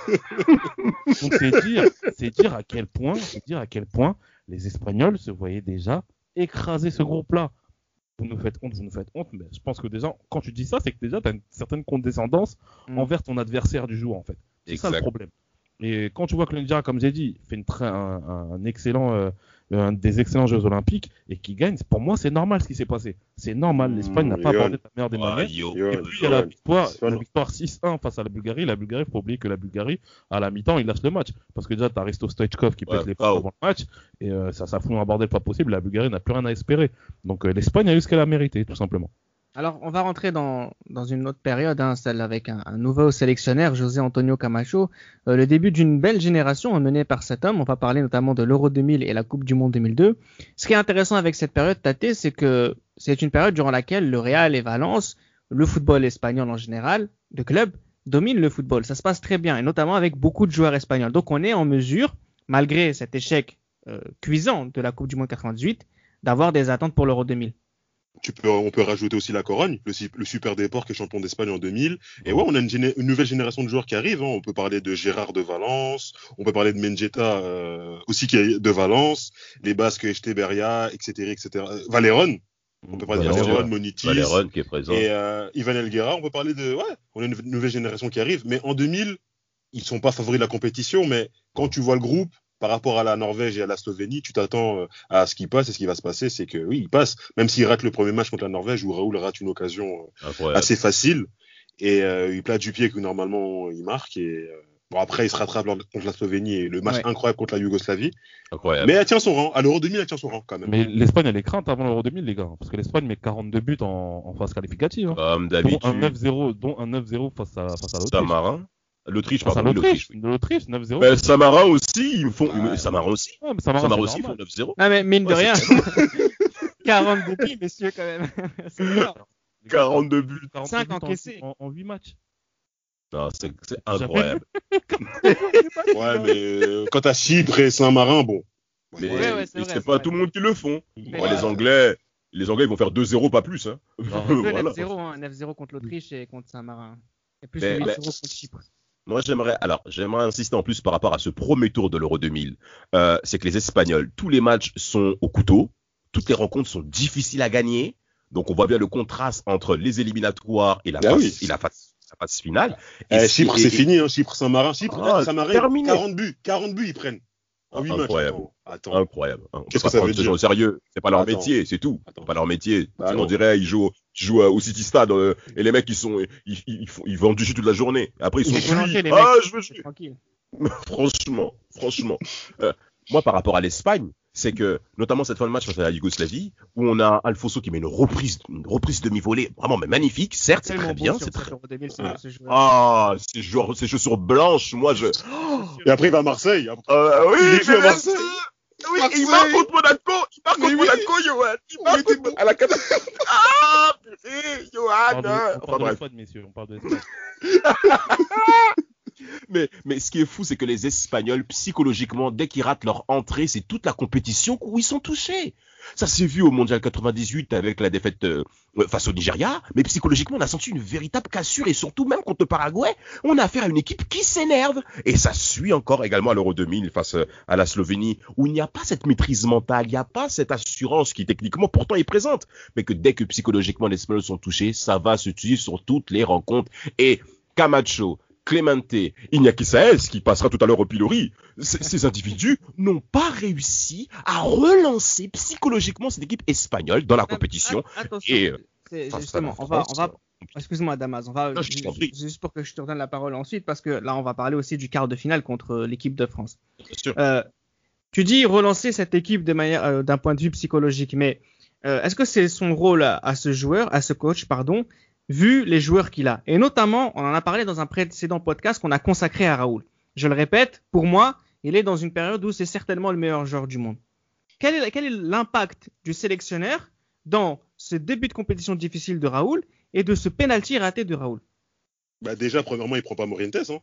Speaker 4: Donc c'est dire, c'est dire à quel point, c'est dire à quel point les Espagnols se voyaient déjà écraser ce groupe-là. Vous nous faites honte, vous nous faites honte. Mais je pense que déjà, quand tu dis ça, c'est que déjà tu as une certaine condescendance
Speaker 2: Mm.
Speaker 4: envers ton adversaire du jour, en fait. C'est ça le
Speaker 5: Exact.
Speaker 4: problème. Et quand tu vois que le Nigeria, comme j'ai dit, fait une très, un, un excellent, euh, un des excellents Jeux Olympiques et qui gagne, pour moi, c'est normal ce qui s'est passé. C'est normal. L'Espagne n'a pas
Speaker 6: Johan.
Speaker 4: abordé de la meilleure des
Speaker 5: Ah,
Speaker 4: manières.
Speaker 5: yo.
Speaker 6: Johan,
Speaker 4: Et puis il y a la
Speaker 6: Johan.
Speaker 4: victoire,
Speaker 6: Johan.
Speaker 4: la victoire six un face à la Bulgarie. La Bulgarie, faut pas oublier que la Bulgarie, à la mi-temps, il lâche le match. Parce que déjà, t'as Risto Stoichkov qui pète
Speaker 5: Ouais,
Speaker 4: les
Speaker 5: ah,
Speaker 4: plombs avant le match. Et euh, ça, ça fout un bordel pas possible. La Bulgarie n'a plus rien à espérer. Donc euh, l'Espagne a eu ce qu'elle a mérité, tout simplement.
Speaker 2: Alors, on va rentrer dans, dans une autre période, hein, celle avec un, un nouveau sélectionneur, José Antonio Camacho. Euh, le début d'une belle génération menée par cet homme. On va parler notamment de l'Euro deux mille et la Coupe du Monde deux mille deux. Ce qui est intéressant avec cette période, Tate, c'est que c'est une période durant laquelle le Real et Valence, le football espagnol en général, de club, dominent le football. Ça se passe très bien, et notamment avec beaucoup de joueurs espagnols. Donc, on est en mesure, malgré cet échec euh, cuisant de la Coupe du Monde quatre-vingt-dix-huit, d'avoir des attentes pour l'Euro deux mille.
Speaker 6: Tu peux, on peut rajouter aussi la Corogne, le, si- le Super Deport qui est champion d'Espagne en deux mille. Et ouais, on a une, géné- une nouvelle génération de joueurs qui arrivent. Hein. On peut parler de Gérard de Valence, on peut parler de Mendieta euh, aussi qui est de Valence, les Basques Echteberria, et cetera, et cetera. Euh, Valéron, On peut parler de
Speaker 4: Valéron,
Speaker 6: Valéron, Monitis.
Speaker 5: Valéron qui est présent.
Speaker 6: Et euh, Ivan Elguera, on peut parler de. Ouais, on a une nouvelle génération qui arrive. Mais en deux mille, ils sont pas favoris de la compétition. Mais quand tu vois le groupe, par rapport à la Norvège et à la Slovénie, tu t'attends euh, à ce qui passe. Et ce qui va se passer, c'est que oui, ils passent. Même s'ils ratent le premier match contre la Norvège, où Raoul rate une occasion euh, assez facile. Et euh, il plate du pied que normalement il marque. Et euh, bon, après, il se rattrape contre la Slovénie et le match
Speaker 2: Ouais.
Speaker 6: incroyable contre la Yougoslavie.
Speaker 5: Incroyable.
Speaker 6: Mais elle tient son rang. À l'Euro deux mille, elle tient son rang quand même.
Speaker 4: Mais l'Espagne, elle est crainte avant l'Euro deux mille, les gars. Parce que l'Espagne met quarante-deux buts en, en phase qualificative. Hein.
Speaker 5: Comme
Speaker 4: Dont un
Speaker 5: d'habitude.
Speaker 4: neuf zéro, dont un neuf zéro face à, face à l'Autriche.
Speaker 5: Samarin. L'Autriche,
Speaker 4: Face à
Speaker 5: pardon. oui,
Speaker 4: l'Autriche.
Speaker 5: L'Autriche.
Speaker 4: L'Autriche, neuf zéro.
Speaker 5: Mais Samarin aussi, ils me font.
Speaker 6: Ouais.
Speaker 5: Samarin aussi.
Speaker 4: Ouais, mais Samarin,
Speaker 5: Samarin
Speaker 4: c'est
Speaker 5: aussi, ils
Speaker 4: normal.
Speaker 5: font neuf zéro.
Speaker 2: Non, mais mine de
Speaker 5: Ouais,
Speaker 2: rien. quarante-deux buts, messieurs, quand même. C'est fort.
Speaker 5: quarante-deux buts.
Speaker 4: quarante-deux
Speaker 2: cinq
Speaker 4: buts en-
Speaker 2: encaissés.
Speaker 4: En, en huit matchs.
Speaker 5: Non, c'est c'est incroyable.
Speaker 6: Ouais, mais euh, quand t'as Chypre et Saint-Marin, bon.
Speaker 5: Mais
Speaker 2: Ouais, ouais, c'est
Speaker 5: et
Speaker 2: vrai,
Speaker 5: c'est
Speaker 2: c'est
Speaker 5: pas
Speaker 2: vrai.
Speaker 5: tout le monde qui le font.
Speaker 2: Ouais.
Speaker 5: Ouais, les Anglais, les Anglais, ils vont faire deux zéro, pas plus. Hein.
Speaker 4: Non,
Speaker 2: Deux
Speaker 5: Voilà.
Speaker 2: neuf zéro, hein, neuf zéro contre l'Autriche et contre Saint-Marin. Et plus
Speaker 5: Mais-
Speaker 2: huit
Speaker 5: mais-
Speaker 2: zéro contre Chypre.
Speaker 5: Moi, j'aimerais, alors, j'aimerais insister en plus par rapport à ce premier tour de l'Euro deux mille. Euh, c'est que les Espagnols, tous les matchs sont au couteau, toutes les rencontres sont difficiles à gagner. Donc, on voit bien le contraste entre les éliminatoires et la
Speaker 6: Ah
Speaker 5: phase,
Speaker 6: oui.
Speaker 5: et la phase, la phase finale.
Speaker 6: Eh,
Speaker 5: Et-
Speaker 6: Chypre,
Speaker 5: et-
Speaker 6: c'est
Speaker 5: et-
Speaker 6: fini, hein. Chypre, Saint-Marin. Chypre,
Speaker 5: Ah,
Speaker 6: Saint-Marin,
Speaker 5: terminé.
Speaker 6: quarante buts. quarante buts, ils prennent. En huit matchs.
Speaker 5: Incroyable.
Speaker 6: Attends. attends.
Speaker 5: Incroyable. Hein. On
Speaker 6: Qu'est-ce
Speaker 5: peut
Speaker 6: que ça
Speaker 5: pas
Speaker 6: veut
Speaker 5: prendre ces
Speaker 6: dire
Speaker 5: gens au sérieux. C'est pas leur
Speaker 6: Attends.
Speaker 5: métier, c'est tout.
Speaker 6: Attends.
Speaker 5: C'est pas leur métier.
Speaker 6: Bah
Speaker 5: C'est-
Speaker 6: non.
Speaker 5: on dirait ils jouent, ils jouent euh, au City Stade euh, et les mecs ils sont, ils, ils, ils font, ils vendent du jus toute la journée. Après ils
Speaker 2: Ils
Speaker 5: sont
Speaker 2: sont
Speaker 5: cuits.
Speaker 2: tranquilles, les
Speaker 5: Ah,
Speaker 2: mecs.
Speaker 5: je veux
Speaker 2: C'est
Speaker 5: jouer.
Speaker 2: tranquille.
Speaker 5: Franchement, franchement. Euh, moi, par rapport à l'Espagne, c'est que, notamment cette fin de match face à la Yougoslavie, où on a Alfonso qui met une reprise, une reprise demi-volée, vraiment, mais magnifique. Certes, c'est
Speaker 2: Tellement
Speaker 5: très
Speaker 2: bon
Speaker 5: bien,
Speaker 2: sur
Speaker 5: c'est
Speaker 2: cet
Speaker 5: très.
Speaker 2: Euro deux mille, ce-
Speaker 6: Ah.
Speaker 2: ce joueur.
Speaker 5: Ah, ces joueurs, ces chaussures blanches, moi, je.
Speaker 6: Et après, il va à Marseille. Après,
Speaker 5: Euh, oui,
Speaker 6: Il est plus à
Speaker 5: mais
Speaker 6: Marseille.
Speaker 5: Oui,
Speaker 6: Marseille.
Speaker 5: il marque contre Monaco. Il marque
Speaker 6: Mais
Speaker 5: contre
Speaker 6: oui.
Speaker 5: Monaco, Johan. Il marque
Speaker 6: était
Speaker 5: contre à la Canada. Ah, purée,
Speaker 4: On
Speaker 5: Johan.
Speaker 4: parle de- on
Speaker 5: Enfin,
Speaker 4: parle de
Speaker 5: bref.
Speaker 4: l'Espagne, messieurs. On parle de l'Espagne.
Speaker 5: Mais, mais ce qui est fou, c'est que les Espagnols, psychologiquement, dès qu'ils ratent leur entrée, c'est toute la compétition où ils sont touchés. Ça s'est vu au Mondial quatre-vingt-dix-huit avec la défaite euh, face au Nigeria, mais psychologiquement, on a senti une véritable cassure et surtout, même contre le Paraguay, on a affaire à une équipe qui s'énerve. Et ça suit encore également à l'Euro deux mille face euh, à la Slovénie, où il n'y a pas cette maîtrise mentale, il n'y a pas cette assurance qui techniquement pourtant est présente, mais que dès que psychologiquement les Espagnols sont touchés, ça va se tuer sur toutes les rencontres. Et Camacho, Clemente, Iñaki Saez, qui passera tout à l'heure au pilori, c- ces individus n'ont pas réussi à relancer psychologiquement cette équipe espagnole dans la compétition.
Speaker 2: Att- Attention,
Speaker 5: Et, euh,
Speaker 2: c'est-
Speaker 5: face à
Speaker 2: justement,
Speaker 5: la
Speaker 2: on va, on
Speaker 5: France,
Speaker 2: va, excuse-moi Damas, on va,
Speaker 5: Non, je t'en prie.
Speaker 2: juste pour que je te redonne la parole ensuite, parce que là, on va parler aussi du quart de finale contre l'équipe de France.
Speaker 5: Bien sûr.
Speaker 2: Euh, tu dis relancer cette équipe de manière, euh, d'un point de vue psychologique, mais euh, est-ce que c'est son rôle à, à ce joueur, à ce coach, pardon, vu les joueurs qu'il a? Et notamment, on en a parlé dans un précédent podcast qu'on a consacré à Raoul. Je le répète, pour moi, il est dans une période où c'est certainement le meilleur joueur du monde. Quel est, quel est l'impact du sélectionneur dans ce début de compétition difficile de Raoul et de ce penalty raté de Raoul?
Speaker 6: bah, déjà, premièrement, il prend pas Morientes. Hein.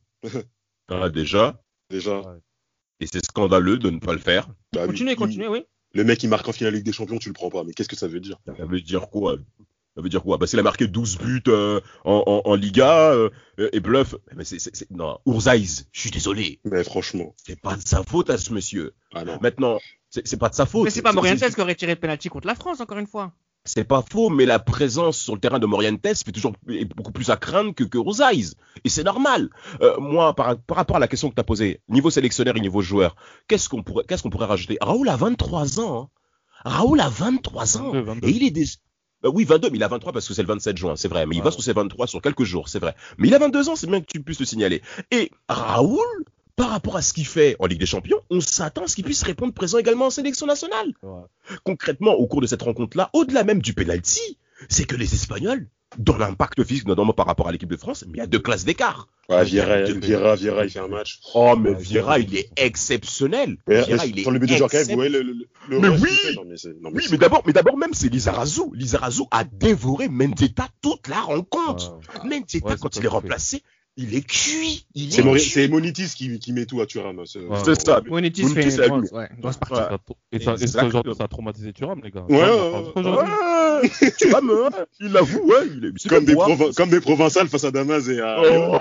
Speaker 5: Ah, déjà,
Speaker 6: Déjà.
Speaker 4: Ouais.
Speaker 5: et c'est scandaleux de ne pas le faire.
Speaker 6: Bah, oui.
Speaker 2: Continuez,
Speaker 6: Il-
Speaker 2: continuez, oui.
Speaker 6: Le mec, il marque en finale Ligue des Champions, tu le prends pas. Mais qu'est-ce que ça veut dire?
Speaker 5: Ça veut dire quoi Ça veut dire quoi Bah, s'il a marqué douze buts euh, en, en, en Liga euh, et bluff. Mais c'est, c'est, c'est... Non, Urzaiz, je suis désolé.
Speaker 6: Mais franchement.
Speaker 5: C'est pas de sa faute à ce monsieur.
Speaker 6: Ah non.
Speaker 5: Maintenant, c'est, c'est pas de sa faute.
Speaker 2: Mais c'est pas
Speaker 5: C'est-
Speaker 2: Morientes
Speaker 5: c'est-
Speaker 2: qui aurait tiré le penalty contre la France, encore une fois.
Speaker 5: C'est pas faux, mais la présence sur le terrain de Morientes fait toujours est beaucoup plus à craindre que, que Urzaiz. Et c'est normal. Euh, moi, par, par rapport à la question que tu as posée, niveau sélectionneur et niveau joueur, qu'est-ce qu'on pourrait, qu'est-ce qu'on pourrait rajouter? Raoul a vingt-trois ans. Hein. Raoul a vingt-trois ans.
Speaker 4: vingt-deux, vingt-deux.
Speaker 5: Et il est des... Euh, oui, vingt-deux, mais il a vingt-trois parce que c'est le vingt-sept juin, c'est vrai. Mais il
Speaker 4: Ouais.
Speaker 5: va sur ses vingt-trois sur quelques jours, c'est vrai. Mais il a vingt-deux ans, c'est bien que tu puisses le signaler. Et Raoul, par rapport à ce qu'il fait en Ligue des Champions, on s'attend à ce qu'il puisse répondre présent également en sélection nationale.
Speaker 4: Ouais.
Speaker 5: Concrètement, au cours de cette rencontre-là, au-delà même du penalty, c'est que les Espagnols, dans l'impact physique, notamment par rapport à l'équipe de France, mais il y a deux classes d'écart.
Speaker 6: Ouais, Vieira,
Speaker 5: Il y a deux-
Speaker 6: Vieira, Vieira, il fait un match.
Speaker 5: Oh, mais
Speaker 4: Ouais,
Speaker 5: Vieira,
Speaker 4: Vieira,
Speaker 5: il est exceptionnel.
Speaker 6: Mais,
Speaker 5: Vieira,
Speaker 6: mais
Speaker 5: il est
Speaker 6: sur le but de Djorkaeff,
Speaker 5: excep-
Speaker 6: vous voyez le, le, le
Speaker 5: Mais
Speaker 6: rush
Speaker 5: oui.
Speaker 6: qu'il fait. Non, mais c'est, non, mais
Speaker 5: Oui,
Speaker 6: c'est-
Speaker 5: mais d'abord, mais d'abord même, c'est Lizarazu. Lizarazu a dévoré Mendetta toute la rencontre.
Speaker 4: Ouais.
Speaker 5: Mendetta,
Speaker 4: Ouais,
Speaker 5: quand
Speaker 4: c'est
Speaker 5: il est
Speaker 4: pas
Speaker 5: remplacé, il est cuit. Il
Speaker 6: c'est,
Speaker 5: est
Speaker 6: Mori-
Speaker 5: cuit.
Speaker 6: c'est Monitis qui, qui met tout à Thuram. C'est,
Speaker 4: Ouais.
Speaker 5: C'est ça.
Speaker 2: Monitis
Speaker 5: Monitis,
Speaker 2: fait
Speaker 5: c'est
Speaker 2: une
Speaker 5: à
Speaker 2: grosse,
Speaker 5: lui.
Speaker 2: ouais, grosse partie.
Speaker 5: Ouais.
Speaker 4: Ça a- Et, ça, et ce
Speaker 5: Exactement.
Speaker 4: genre, ça a traumatisé Thuram, les gars.
Speaker 6: Ouais,
Speaker 4: Thuram,
Speaker 6: ouais,
Speaker 4: on parle
Speaker 6: ouais,
Speaker 4: aujourd'hui.
Speaker 5: Ouais, tu vas me, ouais, il l'avoue, ouais, il est, c'est
Speaker 6: Comme, des
Speaker 5: moi.
Speaker 6: Proven- comme des Provençales face à Damas et à.
Speaker 5: Oh.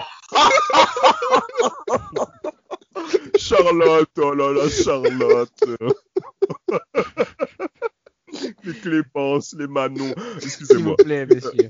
Speaker 5: Charlotte, oh là là, Charlotte. Mais Clémence, les Manon.
Speaker 2: S'il
Speaker 5: Excusez-moi.
Speaker 2: vous plaît, messieurs.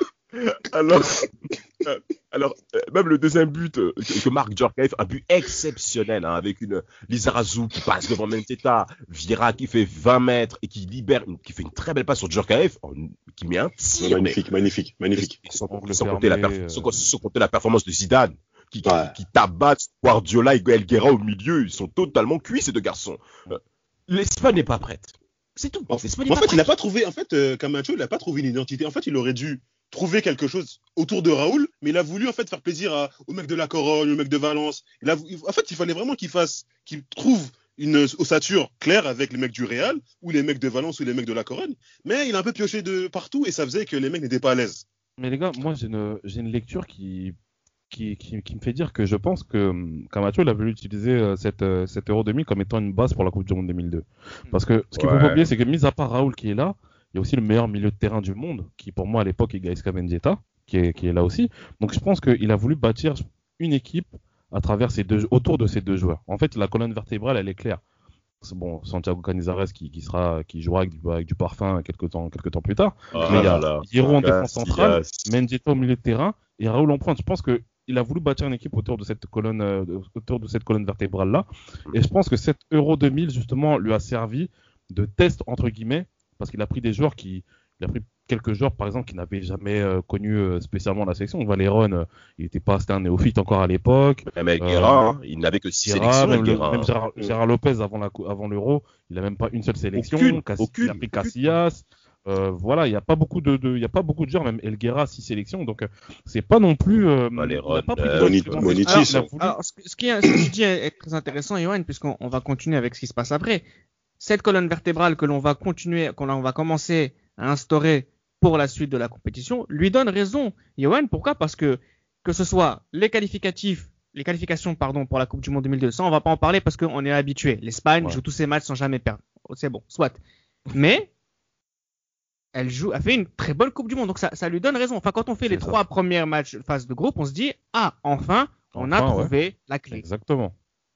Speaker 5: Alors, euh, alors euh, même le deuxième but euh, que, que marque Djorkaeff, un but exceptionnel, hein, avec une Lizarazu qui passe devant Menteta, Vieira qui fait vingt mètres et qui libère, une, qui fait une très belle passe sur Djorkaeff, qui met un tir.
Speaker 6: Magnifique, magnifique, magnifique.
Speaker 5: Sans,
Speaker 4: On
Speaker 5: sans
Speaker 4: le
Speaker 5: compter la
Speaker 4: permet,
Speaker 5: perf-
Speaker 4: euh,
Speaker 5: sans, sans compter la performance de Zidane, qui, qui,
Speaker 6: Ouais.
Speaker 5: qui tabasse Guardiola et El Guerra au milieu. Ils sont totalement cuits, ces deux garçons. Euh, L'Espagne n'est pas prête. C'est tout.
Speaker 6: En,
Speaker 5: L'Espagne n'est
Speaker 6: en
Speaker 5: pas
Speaker 6: fait,
Speaker 5: prête.
Speaker 6: il n'a pas trouvé, en fait, euh, Camacho, il n'a pas trouvé une identité. En fait, il aurait dû trouver quelque chose autour de Raoul, mais il a voulu en fait faire plaisir à, au mec de la Corogne, au mec de Valence. Il a, en fait, il fallait vraiment qu'il fasse, qu'il trouve une ossature claire avec les mecs du Real ou les mecs de Valence ou les mecs de la Corogne. Mais il a un peu pioché de partout et ça faisait que les mecs n'étaient pas à l'aise.
Speaker 4: Mais les gars, moi j'ai une, j'ai une lecture qui, qui, qui, qui me fait dire que je pense que hum, Camacho il a voulu utiliser euh, cette, euh, cet Euro deux mille comme étant une base pour la Coupe du Monde deux mille deux. Parce que ce qu'il faut
Speaker 5: Ouais.
Speaker 4: pas oublier, c'est que mis à part Raoul qui est là, il y a aussi le meilleur milieu de terrain du monde, qui pour moi à l'époque est Gaisca Mendieta, qui est, qui est là aussi. Donc je pense qu'il a voulu bâtir une équipe à travers ces deux, autour de ces deux joueurs. En fait, la colonne vertébrale, elle est claire. C'est bon, Santiago Canizares qui, qui sera, qui jouera avec du, avec du parfum quelques temps, quelques temps plus tard.
Speaker 5: Ah
Speaker 4: Mais il y a
Speaker 5: là là.
Speaker 4: Hierro en
Speaker 5: Casillas.
Speaker 4: défense centrale, Mendieta au milieu de terrain et Raoul en pointe. Je pense que il a voulu bâtir une équipe autour de cette colonne, euh, autour de cette colonne vertébrale là. Et je pense que cet Euro deux mille justement lui a servi de test entre guillemets parce qu'il a pris des joueurs qui, il a pris quelques joueurs par exemple qui n'avaient jamais euh, connu euh, spécialement la sélection. Valéron, euh, il était pas, c'était un néophyte encore à l'époque.
Speaker 5: Même avec
Speaker 4: Euh,
Speaker 5: Guerra, hein, il n'avait que six
Speaker 4: Guerra,
Speaker 5: sélections.
Speaker 4: même, le-
Speaker 5: Guerra.
Speaker 4: même Gérard, Gérard Lopez avant la, cou- avant l'Euro, il a même pas une seule sélection.
Speaker 5: Aucune,
Speaker 4: Cassi-
Speaker 5: aucune,
Speaker 4: il a pris
Speaker 5: aucune.
Speaker 4: Casillas. Euh, voilà, il y a pas beaucoup de, de, il y a pas beaucoup de joueurs, même El Guerra six sélections, donc euh, c'est pas non plus. Euh,
Speaker 5: Valéron,
Speaker 4: il a pas pris de
Speaker 5: euh,
Speaker 4: joueurs
Speaker 6: Boni-
Speaker 4: qui vont-
Speaker 6: Bonitis,
Speaker 4: Alors, il a
Speaker 6: hein.
Speaker 4: voulu-
Speaker 2: Alors, ce ce qui est, ce que tu dis est très intéressant, Yoann, puisqu'on on va continuer avec ce qui se passe après. Cette colonne vertébrale que l'on va continuer, qu'on on va commencer à instaurer pour la suite de la compétition, lui donne raison. Yoann, pourquoi? Parce que que ce soit les qualificatifs, les qualifications, pardon, pour la Coupe du Monde deux mille deux, ça on va pas en parler parce qu'on est habitué. L'Espagne
Speaker 4: Ouais.
Speaker 2: joue tous ses matchs sans jamais perdre. Oh, c'est bon, soit. Mais elle joue, elle fait une très bonne Coupe du Monde, donc ça, ça lui donne raison. Enfin, quand on fait
Speaker 4: C'est
Speaker 2: les
Speaker 4: ça.
Speaker 2: trois premiers matchs phase de groupe, on se dit ah enfin, on a
Speaker 4: Enfin, ouais.
Speaker 2: trouvé la clé.
Speaker 4: Exactement.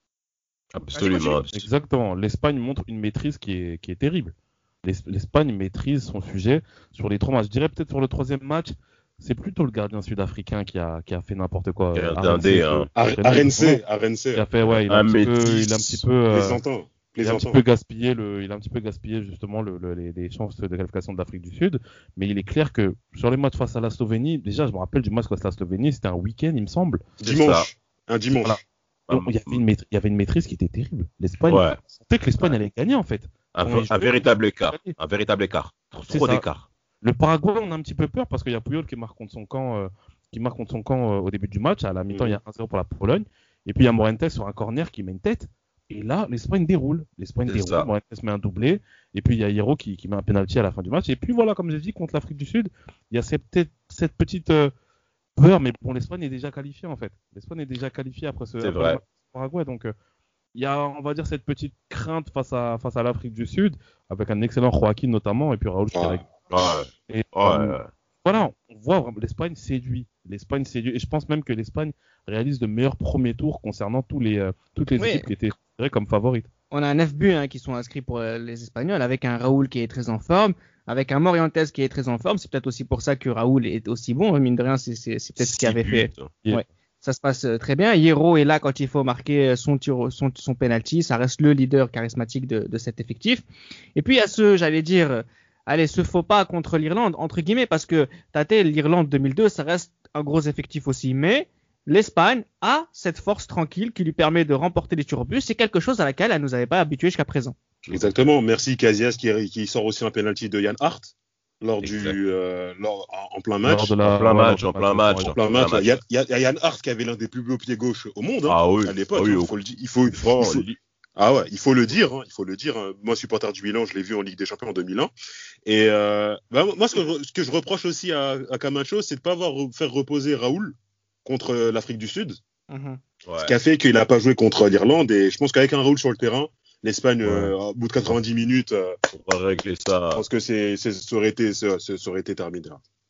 Speaker 5: Absolument.
Speaker 4: Exactement. L'Espagne montre une maîtrise qui est, qui est terrible. L'Es- L'Espagne maîtrise son sujet sur les trois matchs. Je dirais peut-être sur le troisième match, c'est plutôt le gardien sud-africain qui a, qui a fait n'importe quoi.
Speaker 5: Gardien
Speaker 4: Arense,
Speaker 5: D,
Speaker 4: que-
Speaker 5: hein.
Speaker 6: Ar-
Speaker 4: que-
Speaker 6: Arense,
Speaker 4: Qui
Speaker 6: Arense,
Speaker 4: a fait, ouais, il a un,
Speaker 5: Un
Speaker 4: petit peu,
Speaker 5: métis.
Speaker 4: il a un petit peu, euh,
Speaker 6: plaisantant,
Speaker 4: il a un petit
Speaker 6: plaisantant.
Speaker 4: peu gaspillé le, il a un petit peu gaspillé justement le, le- les, les chances de qualification d'Afrique du Sud. Mais il est clair que sur les matchs face à la Slovénie, déjà, je me rappelle du match face à la Slovénie, c'était un week-end, il me semble.
Speaker 6: Dimanche, un dimanche.
Speaker 4: Voilà.
Speaker 5: Ah,
Speaker 4: Donc, il, y avait une maîtrise, il y avait une maîtrise qui était terrible. L'Espagne,
Speaker 5: Ouais.
Speaker 4: on sentait que l'Espagne allait gagner en fait.
Speaker 5: Un,
Speaker 4: On les
Speaker 5: un
Speaker 4: jouait,
Speaker 5: véritable
Speaker 4: on
Speaker 5: écart.
Speaker 4: les
Speaker 5: Un véritable écart.
Speaker 4: C'est
Speaker 5: Trop
Speaker 4: ça.
Speaker 5: d'écart.
Speaker 4: Le Paraguay, on a un petit peu peur parce qu'il y a Puyol qui marque contre son camp, euh, qui marque contre son camp euh, au début du match. À la mi-temps,
Speaker 6: Mhm.
Speaker 4: il y a un zéro pour la Pologne. Et puis il y a Morientes sur un corner qui met une tête. Et là, l'Espagne déroule. L'Espagne
Speaker 5: C'est
Speaker 4: déroule.
Speaker 5: ça.
Speaker 4: Morientes met un doublé. Et puis il y a Hierro qui, qui met un penalty à la fin du match. Et puis voilà, comme j'ai dit, contre l'Afrique du Sud, il y a cette, cette petite euh, peur. Mais bon, l'Espagne est déjà qualifiée en fait. L'Espagne est déjà qualifiée après ce
Speaker 5: C'est
Speaker 4: après
Speaker 5: vrai.
Speaker 4: le match du Paraguay. Donc euh, il y a, on va dire, cette petite crainte face à, face à l'Afrique du Sud, avec un excellent Joaquin notamment, et puis Raoul qui
Speaker 6: Ouais.
Speaker 4: règle.
Speaker 5: Ouais.
Speaker 4: Et,
Speaker 5: Ouais.
Speaker 4: euh, voilà, on voit vraiment l'Espagne séduit. L'Espagne séduit. Et je pense même que l'Espagne réalise de meilleurs premiers tours concernant tous les, euh, toutes les
Speaker 2: Oui.
Speaker 4: équipes qui étaient considérées comme favorites.
Speaker 2: On a neuf buts hein, qui sont inscrits pour euh, les Espagnols, avec un Raoul qui est très en forme, avec un Morientes qui est très en forme. C'est peut-être aussi pour ça que Raoul est aussi bon. Mine de rien, c'est, c'est, c'est peut-être ce qui
Speaker 5: Six
Speaker 2: avait fait.
Speaker 5: buts.
Speaker 4: Yeah.
Speaker 2: Ouais. Ça se passe euh, très bien. Hierro est là quand il faut marquer son tir, son, son penalty. Ça reste le leader charismatique de, de cet effectif. Et puis il y a ce, j'allais dire, euh, allez, ce faux pas contre l'Irlande, entre guillemets, parce que Tate, l'Irlande deux mille deux, ça reste un gros effectif aussi. Mais l'Espagne a cette force tranquille qui lui permet de remporter les tirs au but. C'est quelque chose à laquelle elle nous avait pas habitués jusqu'à présent.
Speaker 6: Exactement. Merci Casillas qui, qui sort aussi un penalty de Yann Hart lors
Speaker 5: Exact.
Speaker 6: du euh, lors, en, en plein match.
Speaker 4: Lors de la-
Speaker 5: En plein
Speaker 4: ouais,
Speaker 5: match,
Speaker 4: lors
Speaker 5: en
Speaker 4: de
Speaker 5: plein
Speaker 4: la-
Speaker 5: match,
Speaker 4: ouais.
Speaker 6: En plein match.
Speaker 5: match.
Speaker 6: Il y a, il y a- il y a Yann Hart qui avait l'un des plus beaux pieds gauche au monde hein,
Speaker 5: Ah oui.
Speaker 6: à l'époque.
Speaker 5: Ah oui,
Speaker 6: hein,
Speaker 5: au-
Speaker 6: faut le dire. Il faut, il
Speaker 5: Bon,
Speaker 6: faut-
Speaker 5: il-
Speaker 6: Ah ouais, il faut le dire, hein, il faut le dire. Hein. Moi, supporter du Milan, je l'ai vu en Ligue des Champions en deux mille un. Et euh, bah, moi, ce que, je, ce que je reproche aussi à, à Camacho, c'est de pas avoir re- fait reposer Raoul contre euh, l'Afrique du Sud,
Speaker 2: Mhm.
Speaker 5: ouais.
Speaker 6: ce qui a fait qu'il n'a pas joué contre l'Irlande. Et je pense qu'avec un Raoul sur le terrain, l'Espagne,
Speaker 4: Ouais.
Speaker 6: euh, au bout de quatre-vingt-dix minutes, euh,
Speaker 5: On va régler ça.
Speaker 6: je pense que c'est, c'est, ça aurait été, ça, ça aurait été terminé. Là.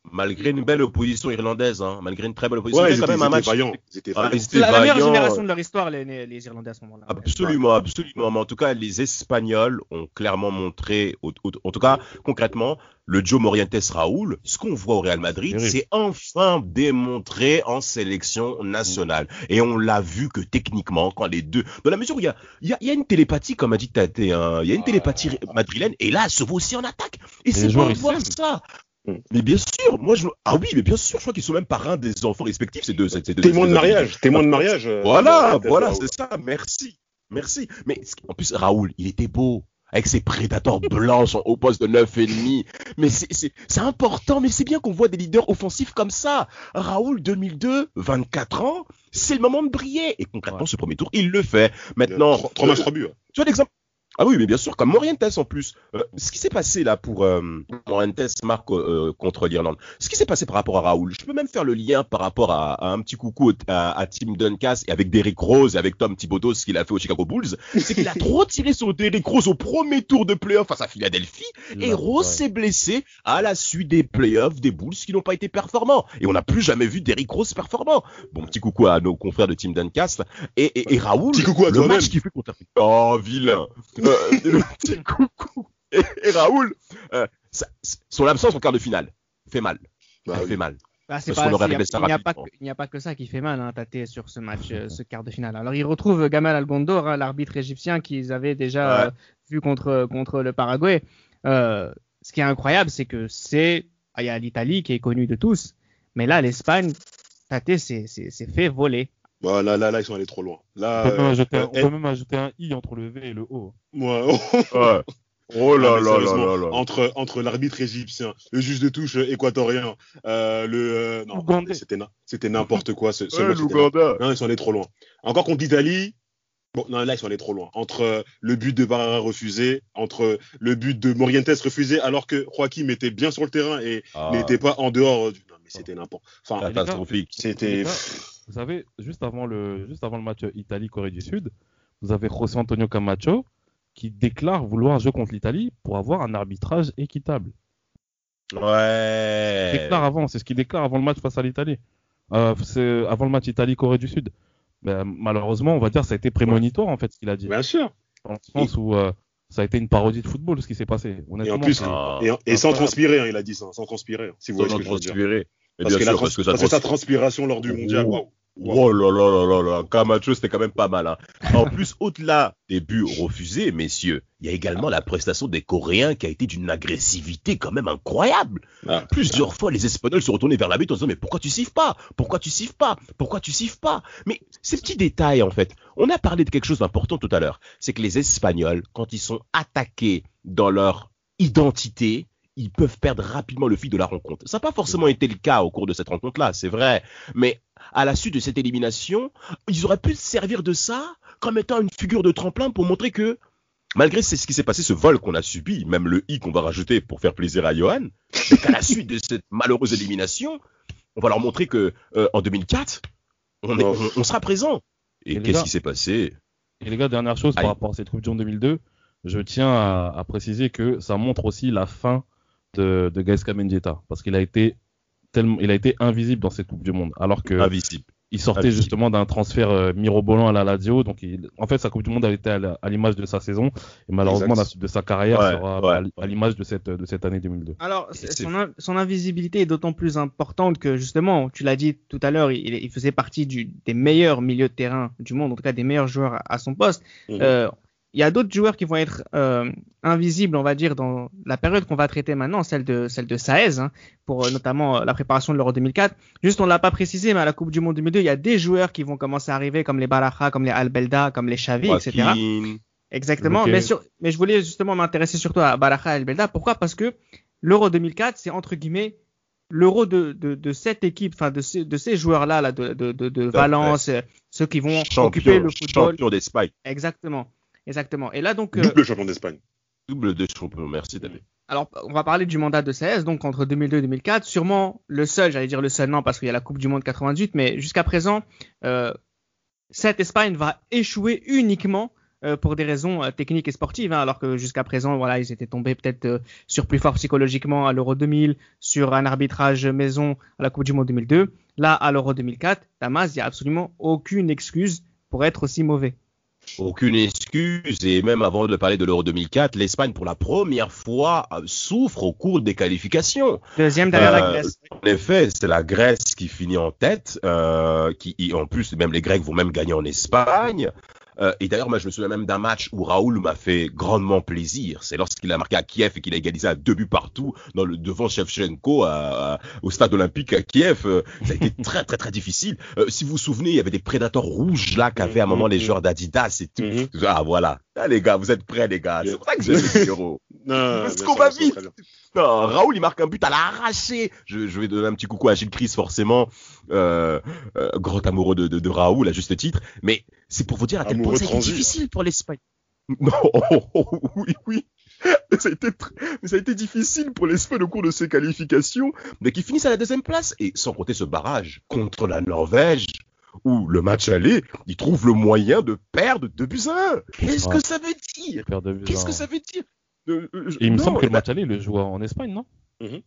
Speaker 5: malgré une belle opposition irlandaise, hein, malgré une très belle opposition,
Speaker 6: Ouais,
Speaker 5: il y
Speaker 6: ils
Speaker 5: a quand
Speaker 6: étaient,
Speaker 5: même un
Speaker 6: ils étaient
Speaker 5: match.
Speaker 6: vaillants. Ils étaient
Speaker 5: Ah,
Speaker 6: vaillants.
Speaker 5: ils étaient
Speaker 2: La, la meilleure
Speaker 5: vaillants.
Speaker 2: génération de leur histoire, les, les, les Irlandais à ce moment-là.
Speaker 5: Absolument, absolument. Mais en tout cas, les Espagnols ont clairement montré, au- au- en tout cas, concrètement, le Joe Morientes Raúl, ce qu'on voit au Real Madrid,
Speaker 4: Terrible.
Speaker 5: c'est enfin démontré en sélection nationale. Et on l'a vu que techniquement, quand les deux, dans la mesure où il y a, il y a, il y a une télépathie, comme a dit Tate, hein, il y a une télépathie madrilène, et là, elle se voit aussi en attaque. Et
Speaker 4: les
Speaker 5: c'est
Speaker 4: joueurs,
Speaker 5: bon de
Speaker 4: ils
Speaker 5: voir
Speaker 4: s'aiment.
Speaker 5: ça.
Speaker 6: Mm.
Speaker 5: Mais bien sûr, moi je, ah oui, mais bien sûr, je crois qu'ils sont même parrains des enfants respectifs, ces deux, ces deux.
Speaker 6: Témoin de
Speaker 5: ces deux
Speaker 6: mariage. Témoin de mariage. euh,
Speaker 5: Voilà,
Speaker 6: Morientes
Speaker 5: voilà,
Speaker 6: Raúl.
Speaker 5: c'est ça. Merci, merci. Mais ce qui- en plus, Raoul, il était beau. Avec ses prédateurs blancs son- au poste de neuf et demi. Mais c'est, c'est, c'est important, mais c'est bien qu'on voit des leaders offensifs comme ça. Raoul, deux mille deux, vingt-quatre ans, c'est le moment de briller. Et concrètement,
Speaker 4: Ouais.
Speaker 5: ce premier tour, il le fait. Maintenant,
Speaker 6: Trois trois matchs,
Speaker 5: euh,
Speaker 6: trois buts. ouais.
Speaker 5: tu vois l'exemple. Ah oui, mais bien sûr, comme Morientes en plus. Euh, ce qui s'est passé là pour euh, Morientes marque euh, contre l'Irlande, ce qui s'est passé par rapport à Raoul, je peux même faire le lien par rapport à, à un petit coucou au- à, à Tim Duncan et avec Derrick Rose et avec Tom Thibodeau, ce qu'il a fait aux Chicago Bulls, c'est qu'il a trop tiré sur Derrick Rose au premier tour de playoff face à Philadelphie et
Speaker 4: Là,
Speaker 5: Rose
Speaker 4: ouais.
Speaker 5: s'est blessé à la suite des playoffs des Bulls qui n'ont pas été performants. Et on n'a plus jamais vu Derrick Rose performant. Bon, petit coucou à nos confrères de Team Duncast. Et, et, et Raoul,
Speaker 6: Petit coucou à
Speaker 5: le
Speaker 6: toi-même.
Speaker 5: match qu'il fait contre... Oh, vilain. Euh, le petit coucou. Et, et Raoul, euh, ça- son absence en quart de finale fait mal.
Speaker 6: Bah
Speaker 5: Elle
Speaker 6: oui.
Speaker 5: fait mal.
Speaker 2: Bah, c'est
Speaker 5: Parce
Speaker 2: pas,
Speaker 5: qu'on aurait
Speaker 2: il y a-
Speaker 5: réglé ça
Speaker 2: il n'y a, pas
Speaker 5: rapidement.
Speaker 2: que- il n'y a pas que ça qui fait mal, hein, Tate, sur ce match, euh, ce quart de finale. Alors, il retrouve Gamal Al-Gondor, hein, l'arbitre égyptien qu'ils avaient déjà
Speaker 5: Ouais.
Speaker 2: euh, vu contre, contre le Paraguay. Euh, ce qui est incroyable, c'est que c'est. Il y a l'Italie qui est connue de tous, mais là, l'Espagne, Tate s'est s'est- s'est fait voler.
Speaker 6: Bah, là, là, là, ils sont allés trop loin. Là,
Speaker 4: On peut, même
Speaker 6: euh,
Speaker 4: ajouter, un-
Speaker 6: euh,
Speaker 4: on peut même ajouter un i entre le V et le O.
Speaker 6: moi,
Speaker 5: Ouais. Oh là
Speaker 6: Non, mais
Speaker 5: là là
Speaker 6: sérieusement,
Speaker 5: là là.
Speaker 6: Entre, entre l'arbitre égyptien, le juge de touche équatorien, euh, le. euh, non,
Speaker 4: L'Ougandais.
Speaker 6: c'était, na- c'était n'importe quoi. Ce, ce
Speaker 5: Ouais,
Speaker 6: match, c'était
Speaker 5: l'Ouganda.
Speaker 6: n'importe- Non, ils sont allés trop loin. Encore contre l'Italie. Bon, non, là, ils sont allés trop loin. Entre euh, le but de Barrera refusé, entre le but de Morientes refusé, alors que Joaquim était bien sur le terrain et
Speaker 5: Ah,
Speaker 6: n'était pas en dehors du. Non, mais c'était n'importe. Enfin,
Speaker 5: catastrophique.
Speaker 6: c'était.
Speaker 4: Les gars, Vous savez, juste avant le, juste avant le match Italie-Corée du Sud, vous avez José Antonio Camacho qui déclare vouloir jouer contre l'Italie pour avoir un arbitrage équitable.
Speaker 5: Ouais.
Speaker 4: Il déclare avant, c'est ce qu'il déclare avant le match face à l'Italie. Euh, c'est avant le match Italie-Corée du Sud. Ben, malheureusement, on va dire que ça a été prémonitoire en fait ce qu'il a dit.
Speaker 6: Bien sûr.
Speaker 4: Dans le sens où euh, ça a été une parodie de football ce qui s'est passé.
Speaker 6: Et
Speaker 4: Honnêtement,
Speaker 6: en plus,
Speaker 4: c'est-
Speaker 5: Ah.
Speaker 6: et, et sans
Speaker 4: incroyable.
Speaker 6: transpirer, hein, il a dit ça, sans transpirer, hein, si vous
Speaker 5: Sans
Speaker 6: voyez ce que je veux dire.
Speaker 5: transpirer. Mais
Speaker 6: Parce
Speaker 5: bien
Speaker 6: que, la
Speaker 5: sûr,
Speaker 6: trans-
Speaker 5: parce que ça
Speaker 6: parce que sa
Speaker 5: transpire.
Speaker 6: transpiration lors du mondial,
Speaker 5: Oh.
Speaker 6: waouh.
Speaker 5: Oh là là là là là, Camacho, c'était quand même pas mal. Hein. En plus, au-delà des buts refusés, messieurs, il y a également la prestation des Coréens qui a été d'une agressivité quand même incroyable.
Speaker 6: Ah.
Speaker 5: Plusieurs fois, les Espagnols se retournaient vers la but en disant mais pourquoi tu siffles pas? Pourquoi tu siffles pas? Pourquoi tu siffles pas? Mais ces petits détails, en fait, on a parlé de quelque chose d'important tout à l'heure. C'est que les Espagnols, quand ils sont attaqués dans leur identité, ils peuvent perdre rapidement le fil de la rencontre. Ça n'a pas forcément été le cas au cours de cette rencontre-là, c'est vrai. Mais à la suite de cette élimination, ils auraient pu se servir de ça comme étant une figure de tremplin pour montrer que, malgré ce qui s'est passé, ce vol qu'on a subi, même le i qu'on va rajouter pour faire plaisir à Johan, mais qu'à la suite de cette malheureuse élimination, on va leur montrer que euh, en deux mille quatre, on, est-
Speaker 6: Oh.
Speaker 5: on- on sera présent. Et,
Speaker 4: Et les
Speaker 5: qu'est-ce
Speaker 4: gars-
Speaker 5: qui s'est passé?
Speaker 4: Et les gars, dernière chose
Speaker 5: Aïe.
Speaker 4: par rapport à cette Coupe du Monde deux mille deux, je tiens à, à préciser que ça montre aussi la fin de, de Gaisca Mendieta, parce qu'il a été tellement, il a été invisible dans cette Coupe du Monde, alors que
Speaker 5: Invisible.
Speaker 4: il sortait
Speaker 5: invisible.
Speaker 4: justement d'un transfert euh, mirobolant à la Lazio, donc il- en fait sa Coupe du Monde a été à la- à l'image de sa saison, et malheureusement
Speaker 6: Exact.
Speaker 4: la suite de sa carrière
Speaker 5: Ouais,
Speaker 4: sera
Speaker 5: ouais,
Speaker 4: à l- à l'image de cette de cette année deux mille deux.
Speaker 2: Alors,
Speaker 5: Et
Speaker 2: c'est-
Speaker 5: c'est-
Speaker 2: son, in- son invisibilité est d'autant plus importante que, justement, tu l'as dit tout à l'heure, il, il faisait partie du, des meilleurs milieux de terrain du monde, en tout cas des meilleurs joueurs à, à son poste.
Speaker 6: Mhm.
Speaker 2: Euh, il y a d'autres joueurs qui vont être euh, invisibles, on va dire, dans la période qu'on va traiter maintenant, celle de, celle de Saez, hein, pour euh, notamment euh, la préparation de l'Euro deux mille quatre. Juste, on ne l'a pas précisé, mais à la Coupe du Monde deux mille deux, il y a des joueurs qui vont commencer à arriver, comme les Baraja, comme les Albelda, comme les Xavi, et cetera.
Speaker 5: Joaquin.
Speaker 2: Exactement,
Speaker 4: Ok.
Speaker 2: mais, sur- mais je voulais justement m'intéresser surtout à Baraja et Albelda. Pourquoi? Parce que l'Euro deux mille quatre, c'est entre guillemets l'Euro de, de, de cette équipe, enfin de ces, de ces joueurs-là, là, de, de, de, de
Speaker 5: à
Speaker 2: Valence, euh, ceux qui vont
Speaker 5: Champion,
Speaker 2: occuper le football.
Speaker 5: champion d'Espagne.
Speaker 2: Exactement, exactement. Et là donc, euh,
Speaker 6: Double champion d'Espagne.
Speaker 5: Double de champion, merci David.
Speaker 2: alors on va parler du mandat de seize, donc entre deux mille deux et deux mille quatre, sûrement le seul, j'allais dire le seul, non, parce qu'il y a la Coupe du Monde quatre-vingt-dix-huit, mais jusqu'à présent, euh, cette Espagne va échouer uniquement euh, pour des raisons euh, techniques et sportives, hein, alors que jusqu'à présent, voilà, ils étaient tombés peut-être euh, sur plus fort psychologiquement à l'Euro deux mille, sur un arbitrage maison à la Coupe du Monde deux mille deux. Là, à l'Euro deux mille quatre, Damas, il n'y a absolument aucune excuse pour être aussi mauvais.
Speaker 5: Aucune excuse, et même avant de parler de l'Euro deux mille quatre, l'Espagne pour la première fois euh, souffre au cours des qualifications.
Speaker 2: Deuxième derrière
Speaker 5: Euh,
Speaker 2: la Grèce.
Speaker 5: En effet, c'est la Grèce qui finit en tête, euh, qui et en plus même les Grecs vont même gagner en Espagne. Euh, et d'ailleurs, moi je me souviens même d'un match où Raoul m'a fait grandement plaisir. C'est lorsqu'il a marqué à Kiev et qu'il a égalisé à deux buts partout dans le devant Shevchenko à, à, au stade olympique à Kiev. Euh, ça a été très très très difficile. Euh, si vous vous souvenez, il y avait des prédateurs rouges là qu'avaient à un moment les joueurs d'Adidas et tout.
Speaker 6: Mhm.
Speaker 5: Ah voilà. Ah les gars, vous êtes prêts les gars. C'est pour ça que j'aime les héros.
Speaker 6: Non,
Speaker 5: Parce
Speaker 6: bien
Speaker 5: qu'on
Speaker 6: sûr,
Speaker 5: va
Speaker 6: bien sûr,
Speaker 5: vite.
Speaker 6: très bien.
Speaker 5: Non, Raoul, il marque un but à l'arraché. Je, je vais donner un petit coucou à Gilles Chris, forcément, euh, euh, grand amoureux de, de, de Raoul, à juste titre. Mais c'est pour vous dire à quel
Speaker 6: Amoureux
Speaker 5: point ça a été
Speaker 6: transi.
Speaker 5: difficile pour l'Espagne. Non, oh, oh, oh, oui, oui. Mais ça a été, tr- mais ça a été difficile pour l'Espagne au cours de ces qualifications, mais qui finissent à la deuxième place. Et sans compter ce barrage contre la Norvège, où le match aller, ils trouvent le moyen de perdre deux buts à un. Qu'est-ce
Speaker 4: Ouais.
Speaker 5: que ça veut dire?
Speaker 4: Père de
Speaker 5: Qu'est-ce
Speaker 4: Vezin.
Speaker 5: que ça veut dire? Euh, euh, je-
Speaker 4: Et il me
Speaker 5: non,
Speaker 4: semble que le
Speaker 5: bah,
Speaker 4: match aller, il le joue en Espagne, non?
Speaker 5: Ouais,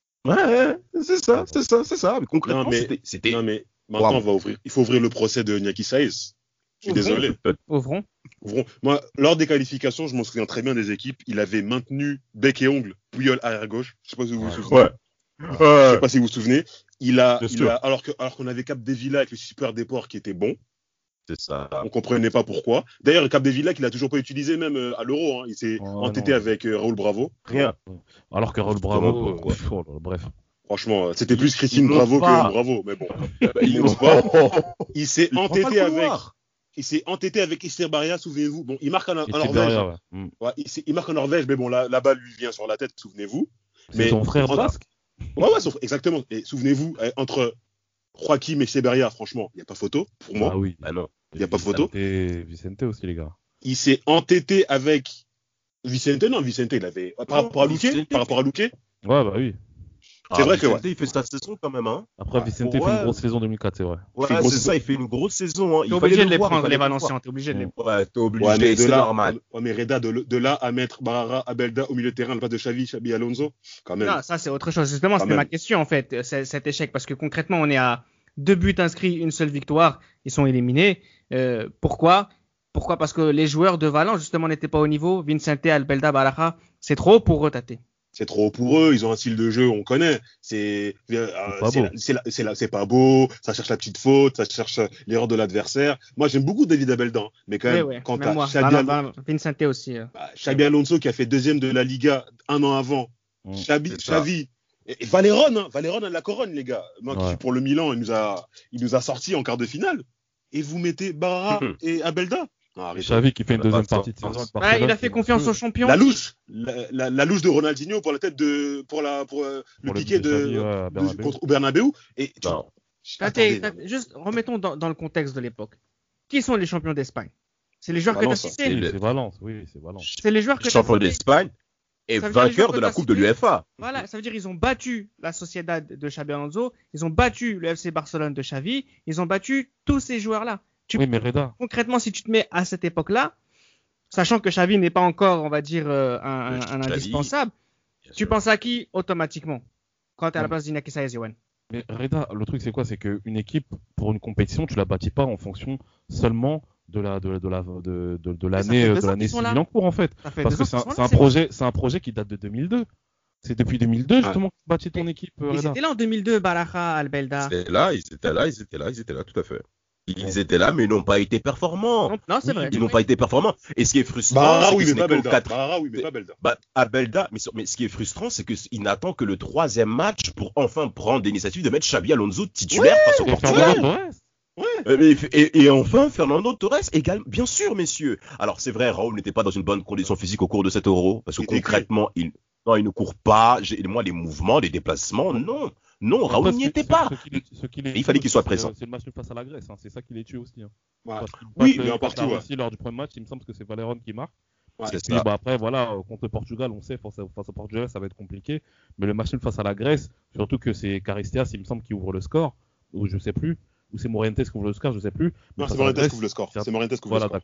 Speaker 5: ouais, c'est ça, c'est ça, c'est ça. Mais concrètement,
Speaker 6: Non, mais-
Speaker 5: c'était, c'était...
Speaker 6: Non, mais maintenant,
Speaker 5: Wow.
Speaker 6: on va ouvrir. Il faut ouvrir le procès de Niaki Saïs. Je suis
Speaker 2: Ouvrons.
Speaker 6: désolé.
Speaker 2: Ouvrons.
Speaker 6: Ouvrons. Moi, lors des qualifications, je m'en souviens très bien des équipes. Il avait maintenu bec et ongle Puyol arrière gauche. Je sais pas si vous vous
Speaker 4: Ouais.
Speaker 6: souvenez.
Speaker 5: Ouais.
Speaker 6: Je
Speaker 5: Ouais.
Speaker 6: sais pas si vous vous souvenez. Il a,
Speaker 5: Bien
Speaker 6: il
Speaker 5: sûr.
Speaker 6: a alors que, alors qu'on avait Capdevila avec le super déport qui était bon.
Speaker 5: C'est ça.
Speaker 6: On comprenait pas pourquoi. D'ailleurs, Capdevila qu'il a toujours pas utilisé même euh, à l'Euro. Hein. Il s'est
Speaker 4: Oh,
Speaker 6: entêté
Speaker 4: non.
Speaker 6: avec euh, Raoul Bravo.
Speaker 5: Rien.
Speaker 4: Alors que Raoul
Speaker 5: Justement,
Speaker 4: Bravo,
Speaker 5: pourquoi
Speaker 4: euh, pff, oh là là, bref.
Speaker 6: Franchement, euh, c'était plus Christine
Speaker 5: Ils
Speaker 6: Bravo
Speaker 5: n'osent pas.
Speaker 6: que Bravo. Mais bon.
Speaker 5: Ils
Speaker 6: Il
Speaker 5: n'osent pas.
Speaker 6: Il s'est
Speaker 5: Ils prennent pas
Speaker 6: entêté
Speaker 5: le
Speaker 6: avec.
Speaker 5: couloir.
Speaker 6: Il s'est entêté avec Esther Baria, souvenez-vous. Bon, il marque en, en
Speaker 4: Et
Speaker 6: Norvège.
Speaker 4: Tiberia, ouais. Mm.
Speaker 6: Ouais, il, s'est- il marque en Norvège, mais bon, la, la balle lui vient sur la tête, souvenez-vous.
Speaker 4: C'est
Speaker 6: Mais-
Speaker 4: ton frère
Speaker 6: en-
Speaker 4: basque?
Speaker 6: Ouais, ouais, sauf- exactement. Et souvenez-vous, eh, entre Joaquim et Seberia, franchement, il n'y a pas photo, pour moi.
Speaker 4: Ah oui.
Speaker 5: Bah non.
Speaker 6: Y a pas photo.
Speaker 4: Vicente, Vicente aussi, les gars.
Speaker 6: Il s'est entêté avec Vicente. Non, Vicente, il avait. Par rapport à Luque,
Speaker 5: Vicente.
Speaker 6: par rapport à Luque,
Speaker 4: Ouais, bah oui.
Speaker 6: C'est vrai que,
Speaker 5: Vicente,
Speaker 6: ouais.
Speaker 5: Il fait sa saison quand même, hein.
Speaker 4: Après,
Speaker 6: Ouais.
Speaker 4: Vicente fait
Speaker 5: Ouais.
Speaker 4: une grosse saison deux mille quatre, c'est vrai.
Speaker 5: Ouais,
Speaker 6: fait une grosse
Speaker 5: c'est
Speaker 6: saison.
Speaker 5: ça, il fait une grosse saison, hein. Il
Speaker 2: T'es
Speaker 5: fallait
Speaker 2: obligé de
Speaker 5: le
Speaker 2: les
Speaker 5: voir, il
Speaker 2: prendre,
Speaker 5: fallait
Speaker 2: les
Speaker 5: le
Speaker 2: Valenciens.
Speaker 5: voir.
Speaker 2: T'es obligé de les prendre.
Speaker 5: Ouais, t'es obligé,
Speaker 6: ouais, mais de
Speaker 5: c'est
Speaker 6: là,
Speaker 5: normal.
Speaker 6: ouais, mais Reda, de, de là à mettre Barara, Abelda au milieu de terrain, le pas de Xavi, Xabi Alonso, quand même.
Speaker 2: Non, ça c'est autre chose. Justement,
Speaker 6: Quand
Speaker 2: c'était
Speaker 6: même.
Speaker 2: ma question en fait, euh, c'est- cet échec, parce que concrètement, on est à deux buts inscrits, une seule victoire, ils sont éliminés. Euh, pourquoi Pourquoi Parce que les joueurs de Valence justement n'étaient pas au niveau. Vicente, Albelda, Baraja, c'est trop pour eux, Tate.
Speaker 6: C'est trop pour eux, ils ont un style de jeu, on connaît. C'est euh,
Speaker 4: pas
Speaker 6: c'est
Speaker 4: beau.
Speaker 6: la- c'est la- c'est la- c'est pas beau, ça cherche la petite faute, ça cherche euh, l'erreur de l'adversaire. Moi, j'aime beaucoup David Abelda, hein, mais quand
Speaker 2: Oui,
Speaker 6: même,
Speaker 2: oui,
Speaker 6: quand
Speaker 2: même
Speaker 6: t'as
Speaker 2: moi.
Speaker 6: Xabi
Speaker 2: Val-
Speaker 6: Alonso,
Speaker 2: Val- Vicente aussi. euh.
Speaker 6: bah, Xabi Alonso qui a fait deuxième de la Liga un an avant,
Speaker 4: Mm,
Speaker 6: Xabi,
Speaker 5: c'est ça.
Speaker 6: Xavi, et, et Valéron, hein, Valéron a la couronne, les gars. Moi qui
Speaker 4: Ouais.
Speaker 6: suis pour le Milan, il nous a, il nous a sortis en quart de finale. Et vous mettez Barra
Speaker 5: Mhm.
Speaker 6: et Abelda. Non, arrêtez.
Speaker 4: Xavi qui fait une
Speaker 5: Ça n'a
Speaker 4: deuxième
Speaker 5: pas de
Speaker 4: partie de
Speaker 5: sens.
Speaker 4: saison. avec
Speaker 2: Ouais,
Speaker 4: Barcelone,
Speaker 2: il a fait
Speaker 4: c'est
Speaker 2: confiance
Speaker 4: monstrueux.
Speaker 2: aux champions.
Speaker 6: La louche, la, la, la louche de Ronaldinho pour la tête de, pour la, pour euh, le
Speaker 4: Pour le
Speaker 6: piqué
Speaker 4: but de
Speaker 6: de,
Speaker 4: Xavi, ouais, à
Speaker 6: de-
Speaker 4: Bernabéu.
Speaker 6: contre au Bernabéu. Et tu-
Speaker 5: Non.
Speaker 2: Tate,
Speaker 6: Attendez,
Speaker 2: Tate, juste remettons dans, dans le contexte de l'époque. Qui sont les champions d'Espagne? C'est les joueurs que tu as
Speaker 6: Valence, hein.
Speaker 2: cités.
Speaker 5: C'est
Speaker 4: Oui,
Speaker 5: le-
Speaker 4: c'est Valence, oui, c'est Valence.
Speaker 2: C'est les joueurs que tu as
Speaker 5: Champion
Speaker 2: cités.
Speaker 5: d'Espagne et
Speaker 2: Ça veut dire les
Speaker 5: vainqueur
Speaker 2: joueurs
Speaker 5: de
Speaker 2: que
Speaker 5: la
Speaker 2: t'as
Speaker 5: Coupe de
Speaker 2: cités.
Speaker 5: l'U F A.
Speaker 2: Voilà, ça veut dire ils ont battu la Sociedad de Xabi Alonso, ils ont battu le F C Barcelone de Xavi, ils ont battu tous ces joueurs-là. Tu-
Speaker 4: Oui, mais Reda,
Speaker 2: Concrètement, si tu te mets à cette époque-là, sachant que Xavi n'est pas encore, on va dire, euh, un, un- un
Speaker 5: Xavi,
Speaker 2: indispensable,
Speaker 5: bien
Speaker 2: tu
Speaker 5: sûr.
Speaker 2: penses à qui automatiquement quand tu es à la
Speaker 4: Non.
Speaker 2: place d'Inaki Saez, Yoann?
Speaker 4: mais Reda, le truc c'est quoi? C'est qu'une équipe, pour une compétition, tu la bâtis pas en fonction seulement de la de, de la de, de, de
Speaker 2: Mais ça
Speaker 4: l'année
Speaker 2: fait deux
Speaker 4: de
Speaker 2: ans
Speaker 4: l'année
Speaker 2: qu'ils sont là.
Speaker 4: civile en cours en fait.
Speaker 2: Ça fait
Speaker 4: Parce
Speaker 2: deux
Speaker 4: que
Speaker 2: ans
Speaker 4: c'est un,
Speaker 2: qu'ils sont
Speaker 4: c'est
Speaker 2: là,
Speaker 4: un
Speaker 2: c'est bon.
Speaker 4: projet, c'est un projet qui date de deux mille deux. C'est depuis deux mille deux justement que tu bâtis ton équipe, euh,
Speaker 2: Ils
Speaker 4: Reda.
Speaker 2: étaient là en deux mille deux, Baraja, Albelda.
Speaker 5: Ils étaient là, ils étaient là, ils étaient là, ils étaient là, tout à fait. Ils étaient là, mais ils n'ont pas été performants.
Speaker 2: Non, non, c'est
Speaker 5: Oui,
Speaker 2: vrai.
Speaker 5: Ils n'ont pas été performants. Et ce qui est frustrant,
Speaker 6: Barra,
Speaker 5: c'est
Speaker 6: oui,
Speaker 5: que ce
Speaker 6: mais
Speaker 5: n'est
Speaker 6: pas
Speaker 5: qu'au
Speaker 6: Belda.
Speaker 5: quatre-
Speaker 6: Barra, oui, mais pas Belda.
Speaker 5: Bah, Abelda, mais, sur- mais ce qui est frustrant, c'est qu'il n'attend que le troisième match pour enfin prendre l'initiative de mettre Xabi Alonso titulaire face au
Speaker 4: Et
Speaker 5: Portugal.
Speaker 4: Fernando Torres.
Speaker 5: Euh, mais- Et, et enfin, Fernando Torres également, bien sûr, messieurs. Alors, c'est vrai, Raoul n'était pas dans une bonne condition physique au cours de cet Euro, parce que
Speaker 6: Il était
Speaker 5: concrètement, il, non, il ne court pas. J'ai- Moi, les mouvements, les déplacements, non. Non, Raoul
Speaker 4: Après,
Speaker 5: n'y
Speaker 4: ce-
Speaker 5: était
Speaker 4: ce-
Speaker 5: pas.
Speaker 4: ce qui les- ce qui les
Speaker 5: Il fallait
Speaker 4: tue
Speaker 5: qu'il soit
Speaker 4: aussi,
Speaker 5: présent.
Speaker 4: C'est c'est le match nul face à la Grèce, hein. C'est ça qui les tue aussi. hein.
Speaker 6: Ouais.
Speaker 4: Parce qu'ils
Speaker 6: Oui,
Speaker 4: battent,
Speaker 6: mais
Speaker 4: euh,
Speaker 6: en partout,
Speaker 4: battent la
Speaker 6: ouais.
Speaker 4: Russie lors du premier match, il me semble que c'est Valéron qui marque.
Speaker 6: Ouais.
Speaker 5: C'est
Speaker 4: Puis
Speaker 5: ça.
Speaker 4: bah, après, voilà, euh, contre le Portugal, on sait, face, à- face au Portugal, ça va être compliqué. Mais le match nul face à la Grèce, surtout que c'est Caristias, il me semble, qui ouvre le score, ou je sais plus, ou c'est Morientes qui ouvre le score, je sais plus. Mais
Speaker 6: Non,
Speaker 4: face
Speaker 6: c'est
Speaker 4: à la
Speaker 6: Morientes
Speaker 4: Grèce,
Speaker 6: qui ouvre le score.
Speaker 4: c'est un-
Speaker 6: C'est Morientes qui ouvre
Speaker 4: Voilà,
Speaker 6: le score.
Speaker 4: d'accord.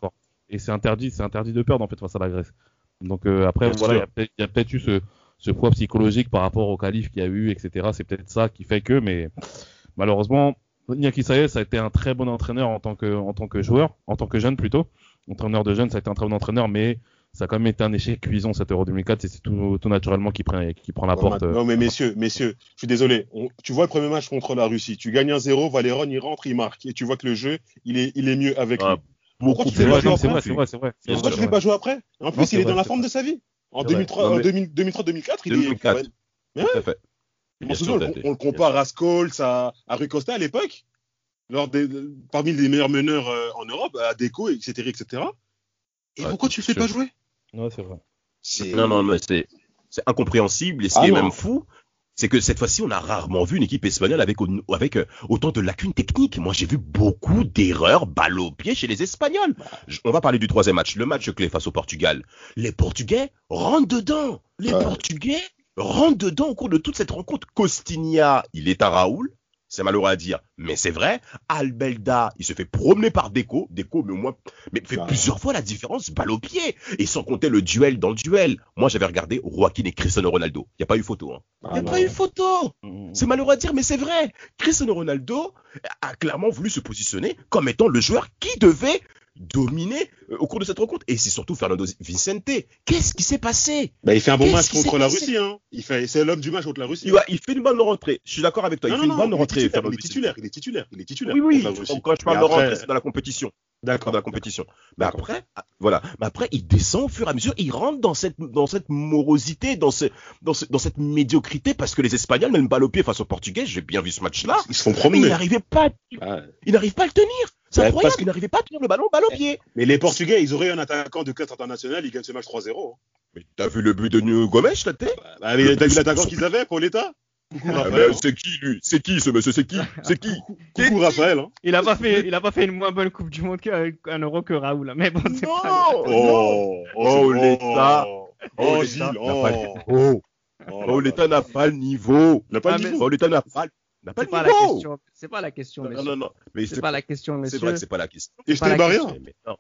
Speaker 4: et c'est interdit, c'est interdit de perdre en fait face à la Grèce. Donc euh, après,
Speaker 5: Bien
Speaker 4: voilà, il y
Speaker 5: sûr.
Speaker 4: a peut-être, il y a peut-être eu ce, ce poids psychologique par rapport au qualif qu'il y a eu, et cetera. C'est peut-être ça qui fait que, mais malheureusement, Iñaki Sayes, ça a été un très bon entraîneur en tant que, en tant que joueur, en tant que jeune plutôt. Entraîneur de jeunes, ça a été un très bon entraîneur, mais ça a quand même été un échec cuisant cet Euro deux mille quatre, et c'est tout, tout naturellement qui prend, qui prend la
Speaker 6: Non,
Speaker 4: porte.
Speaker 6: ma-
Speaker 4: euh,
Speaker 6: non, mais messieurs, messieurs, je suis désolé. On- tu vois le premier match contre la Russie, tu gagnes un zéro, Valéron il rentre, il marque, et tu vois que le jeu, il est, il est mieux avec
Speaker 5: Ah,
Speaker 6: lui. Pourquoi
Speaker 5: beaucoup
Speaker 6: tu
Speaker 4: C'est
Speaker 6: fais pas
Speaker 4: vrai,
Speaker 6: jouer
Speaker 4: non, c'est
Speaker 6: après
Speaker 4: vrai, c'est vrai, c'est vrai. c'est
Speaker 5: Bien
Speaker 6: Pourquoi
Speaker 4: vrai,
Speaker 6: tu
Speaker 5: sûr.
Speaker 6: fais pas jouer après En plus,
Speaker 4: Non, c'est
Speaker 6: il est
Speaker 4: vrai,
Speaker 6: dans la
Speaker 4: c'est
Speaker 6: forme
Speaker 4: vrai.
Speaker 6: de sa vie. En
Speaker 4: C'est vrai.
Speaker 6: deux mille trois,
Speaker 5: Non,
Speaker 6: en
Speaker 5: mais-
Speaker 6: deux mille deux mille trois deux mille quatre, il est.
Speaker 5: deux mille quatre.
Speaker 6: Mais ouais,
Speaker 5: Tout à fait.
Speaker 6: on
Speaker 5: Bien
Speaker 6: se
Speaker 5: sûr,
Speaker 6: souvient,
Speaker 5: Tate.
Speaker 6: on, on le
Speaker 5: Bien
Speaker 6: compare
Speaker 5: sûr.
Speaker 6: à Scholes, à, à Rui Costa à l'époque, lors des, de- parmi les meilleurs meneurs euh, en Europe, à Deco, et cetera, et cetera. Et
Speaker 5: Ouais,
Speaker 6: pourquoi tu le
Speaker 5: c'est
Speaker 6: fais pas
Speaker 5: sûr.
Speaker 6: jouer
Speaker 4: Ouais, c'est vrai.
Speaker 6: C'est.
Speaker 5: Non, non, mais c'est, c'est incompréhensible. Et ce
Speaker 6: Ah
Speaker 5: qui est
Speaker 6: non.
Speaker 5: même fou, c'est que cette fois-ci, on a rarement vu une équipe espagnole avec, au- avec euh, autant de lacunes techniques. Moi, j'ai vu beaucoup d'erreurs balle au pied chez les Espagnols. Je- on va parler du troisième match, le match clé face au Portugal. Les Portugais rentrent dedans. Les
Speaker 6: Ouais.
Speaker 5: Portugais rentrent dedans au cours de toute cette rencontre. Costinha, il est à Raoul. C'est malheureux à dire, mais c'est vrai. Albelda, il se fait promener par Deco. Deco, mais au moins, mais fait
Speaker 6: Ah.
Speaker 5: plusieurs fois la différence balle au pied. Et sans compter le duel dans le duel. Moi, j'avais regardé Joaquin et Cristiano Ronaldo. Il n'y a pas eu photo. Hein. Il n'y
Speaker 6: Ah
Speaker 5: a
Speaker 6: non.
Speaker 5: pas eu photo.
Speaker 4: Mm.
Speaker 5: C'est malheureux à dire, mais c'est vrai. Cristiano Ronaldo a clairement voulu se positionner comme étant le joueur qui devait dominer euh, au cours de cette rencontre. Et c'est surtout Fernando Vicente. Qu'est-ce qui s'est passé?
Speaker 6: Bah, il fait un bon
Speaker 5: Qu'est-ce
Speaker 6: match
Speaker 5: qui
Speaker 6: contre
Speaker 5: s'est
Speaker 6: la
Speaker 5: passé
Speaker 6: Russie. Hein. Il fait, c'est l'homme du match contre la Russie.
Speaker 5: il, va- il fait une bonne rentrée. Je suis d'accord avec toi.
Speaker 6: Non,
Speaker 5: il
Speaker 6: non,
Speaker 5: fait une
Speaker 6: non,
Speaker 5: bonne
Speaker 6: il est
Speaker 5: rentrée.
Speaker 6: titulaire,
Speaker 5: Fernando
Speaker 6: il est
Speaker 5: Vicente.
Speaker 6: titulaire, il est titulaire, il est titulaire.
Speaker 5: Oui, oui.
Speaker 6: contre la Russie.
Speaker 5: Quand je parle
Speaker 6: Mais
Speaker 5: de
Speaker 6: après-
Speaker 5: rentrée, c'est dans la compétition.
Speaker 6: D'accord.
Speaker 5: Dans la compétition. Mais
Speaker 6: D'accord.
Speaker 5: après, ah, voilà. Mais après, il descend au fur et à mesure. Il rentre dans cette, dans cette morosité, dans ce, dans ce, dans cette médiocrité, parce que les Espagnols, même balle au pied face aux Portugais, j'ai bien vu ce match-là.
Speaker 6: Ils se font
Speaker 5: Mais il
Speaker 6: promener.
Speaker 5: n'arrivait pas,
Speaker 6: Ah.
Speaker 5: il n'arrive pas à le tenir. C'est
Speaker 6: Ouais,
Speaker 5: incroyable.
Speaker 6: parce que-
Speaker 5: Il n'arrivait pas à tenir le ballon, balle au pied.
Speaker 6: Mais les Portugais, ils auraient un attaquant de classe internationale, ils gagnent ce match trois zéro.
Speaker 5: Mais t'as vu le but de Nuno Gomes, là, t'es?
Speaker 6: Bah, bah, mais t'as vu l'attaquant qu'ils avaient pour l'État Coucou
Speaker 5: Ah,
Speaker 6: Raphaël.
Speaker 5: mais c'est qui, lui? C'est qui, ce monsieur? C'est qui? C'est qui?
Speaker 6: Coucou Raphaël. Hein.
Speaker 2: Il a pas fait, il a pas fait une moins bonne Coupe du Monde qu'un qu'un Euro que Raoul. hein. Mais bon, c'est pas grave.
Speaker 5: Non! Non! Oh, l'État!
Speaker 6: Oh,
Speaker 5: Oh,
Speaker 6: Gilles.
Speaker 5: l'État n'a
Speaker 6: Oh.
Speaker 5: pas le niveau.
Speaker 6: Oh,
Speaker 5: Oh,
Speaker 6: là,
Speaker 5: l'État n'a pas le niveau.
Speaker 6: n'a pas
Speaker 2: Ah,
Speaker 6: le
Speaker 2: mais-
Speaker 6: niveau.
Speaker 5: Oh, l'État n'a pas, n'a pas
Speaker 2: C'est
Speaker 5: le
Speaker 2: pas la
Speaker 5: niveau.
Speaker 2: question. C'est pas la question,
Speaker 5: Non,
Speaker 2: monsieur.
Speaker 5: non, non. Mais
Speaker 2: C'est pas la question,
Speaker 5: c'est
Speaker 2: monsieur.
Speaker 5: vrai que c'est pas la question.
Speaker 6: Et je
Speaker 2: pas la
Speaker 6: t'ai barré.
Speaker 2: question.
Speaker 5: Mais non.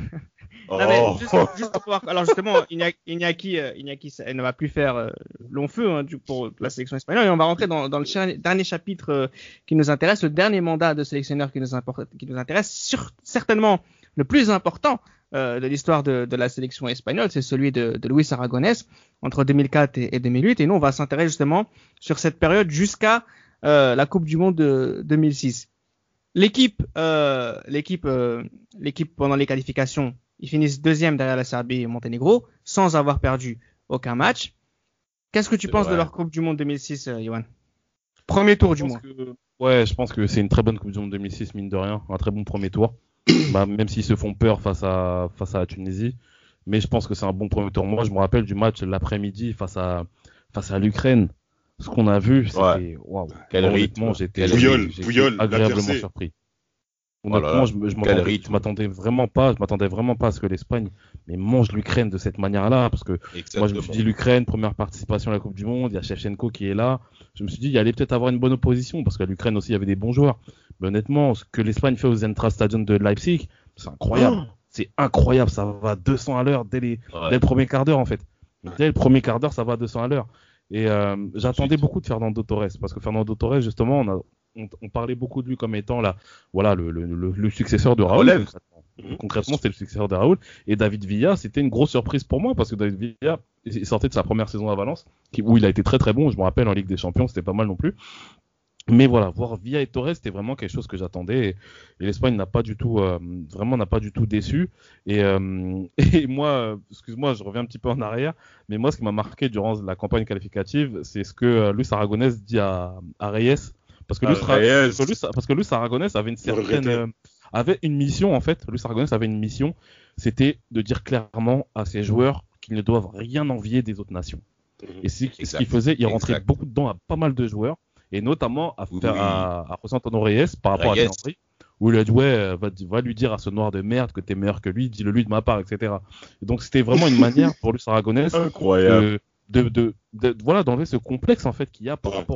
Speaker 2: Non, mais
Speaker 5: Oh.
Speaker 2: juste, juste pour voir. Alors justement, Iñaki, Iñaki, euh, Iñaki, ça- elle ne va plus faire euh, long feu hein, du, pour la sélection espagnole. Et on va rentrer dans, dans le cha- dernier chapitre euh, qui nous intéresse, le dernier mandat de sélectionneur qui nous, importe, qui nous intéresse, sur, certainement le plus important euh, de l'histoire de, de la sélection espagnole, c'est celui de, de Luis Aragonés entre deux mille quatre et, et deux mille huit. Et nous, on va s'intéresser justement sur cette période jusqu'à euh, la Coupe du Monde de deux mille six. L'équipe, euh, l'équipe, euh, l'équipe pendant les qualifications, ils finissent deuxième derrière la Serbie et Monténégro, sans avoir perdu aucun match. Qu'est-ce que tu
Speaker 5: C'est
Speaker 2: penses
Speaker 5: vrai.
Speaker 2: de leur Coupe du Monde deux mille six, euh, Yoann? Premier tour, du
Speaker 4: Je
Speaker 2: moins.
Speaker 4: pense que- Ouais, je pense que c'est une très bonne Coupe du Monde deux mille six, mine de rien. Un très bon premier tour. Bah, même s'ils se font peur face à, face à la Tunisie. Mais je pense que c'est un bon premier tour. Moi, je me rappelle du match l'après-midi face à, face à l'Ukraine. Ce qu'on a vu, c'était, waouh.
Speaker 5: Quel
Speaker 4: Honnêtement,
Speaker 5: rythme.
Speaker 4: j'étais,
Speaker 5: Quel
Speaker 6: Puyol,
Speaker 4: j'étais
Speaker 6: Puyol, la
Speaker 4: agréablement
Speaker 6: percée.
Speaker 4: surpris.
Speaker 5: Oh là
Speaker 4: Honnêtement,
Speaker 5: là,
Speaker 4: je, me- je
Speaker 5: quel
Speaker 4: m'attendais,
Speaker 5: rythme.
Speaker 4: je m'attendais vraiment pas, je m'attendais vraiment pas à ce que l'Espagne, mais mange l'Ukraine de cette manière-là, parce que moi, je me suis dit, l'Ukraine, première participation à la Coupe du Monde, il y a Shevchenko qui est là. Je me suis dit, il allait peut-être avoir une bonne opposition, parce qu'à l'Ukraine aussi, il y avait des bons joueurs. Mais honnêtement, ce que l'Espagne fait au Zentra Stadium de Leipzig, c'est incroyable.
Speaker 5: Oh.
Speaker 4: C'est incroyable. Ça va à deux cents à l'heure dès, les,
Speaker 5: Ouais.
Speaker 4: dès le premier quart d'heure, en fait.
Speaker 6: Ouais.
Speaker 4: Dès le premier quart d'heure, ça va à deux cents à l'heure. Et euh, j'attendais
Speaker 5: Ensuite.
Speaker 4: beaucoup de Fernando Torres, parce que Fernando Torres, justement, on, a, on, on parlait beaucoup de lui comme étant là, voilà, le, le, le, le successeur de Raoul.
Speaker 5: relève.
Speaker 4: Concrètement, concrètement c'était le successeur de Raoul. Et David Villa, c'était une grosse surprise pour moi, parce que David Villa, il sortait de sa première saison à Valence, qui, où il a été très très bon. Je me rappelle en Ligue des Champions, c'était pas mal non plus. Mais voilà, voir Villa et Torres, c'était vraiment quelque chose que j'attendais. Et, et l'Espagne n'a pas du tout, euh, vraiment n'a pas du tout déçu. Et, euh, et moi, euh, excuse-moi, je reviens un petit peu en arrière, mais moi, ce qui m'a marqué durant la campagne qualificative, c'est ce que euh, Luis Aragonés dit à, à Reyes, parce que
Speaker 5: Ah,
Speaker 4: Luis, Ra-
Speaker 5: Reyes.
Speaker 4: parce que Luis- parce que Luis Aragonés avait une
Speaker 6: Je
Speaker 4: certaine,
Speaker 6: regrettais.
Speaker 4: euh, avait une mission en fait. Luis Aragonés avait une mission, c'était de dire clairement à ses joueurs qu'ils ne doivent rien envier des autres nations. Et c'est ce
Speaker 5: Exact.
Speaker 4: qu'il faisait, il rentrait
Speaker 5: Exact.
Speaker 4: beaucoup dedans à pas mal de joueurs, et notamment à,
Speaker 5: Oui,
Speaker 4: faire,
Speaker 5: oui.
Speaker 4: à, à José Antonio Reyes par rapport
Speaker 5: Reyes.
Speaker 4: à Landry, où il a dit ouais, euh, va, va lui dire à ce noir de merde que t'es meilleur que lui, dis-le lui de ma part, et cetera. Et donc c'était vraiment une manière pour Luis Aragonés
Speaker 5: Incroyable.
Speaker 4: de, de, de, de- voilà, d'enlever ce complexe en fait qu'il y a par
Speaker 6: Ouais.
Speaker 4: rapport aux,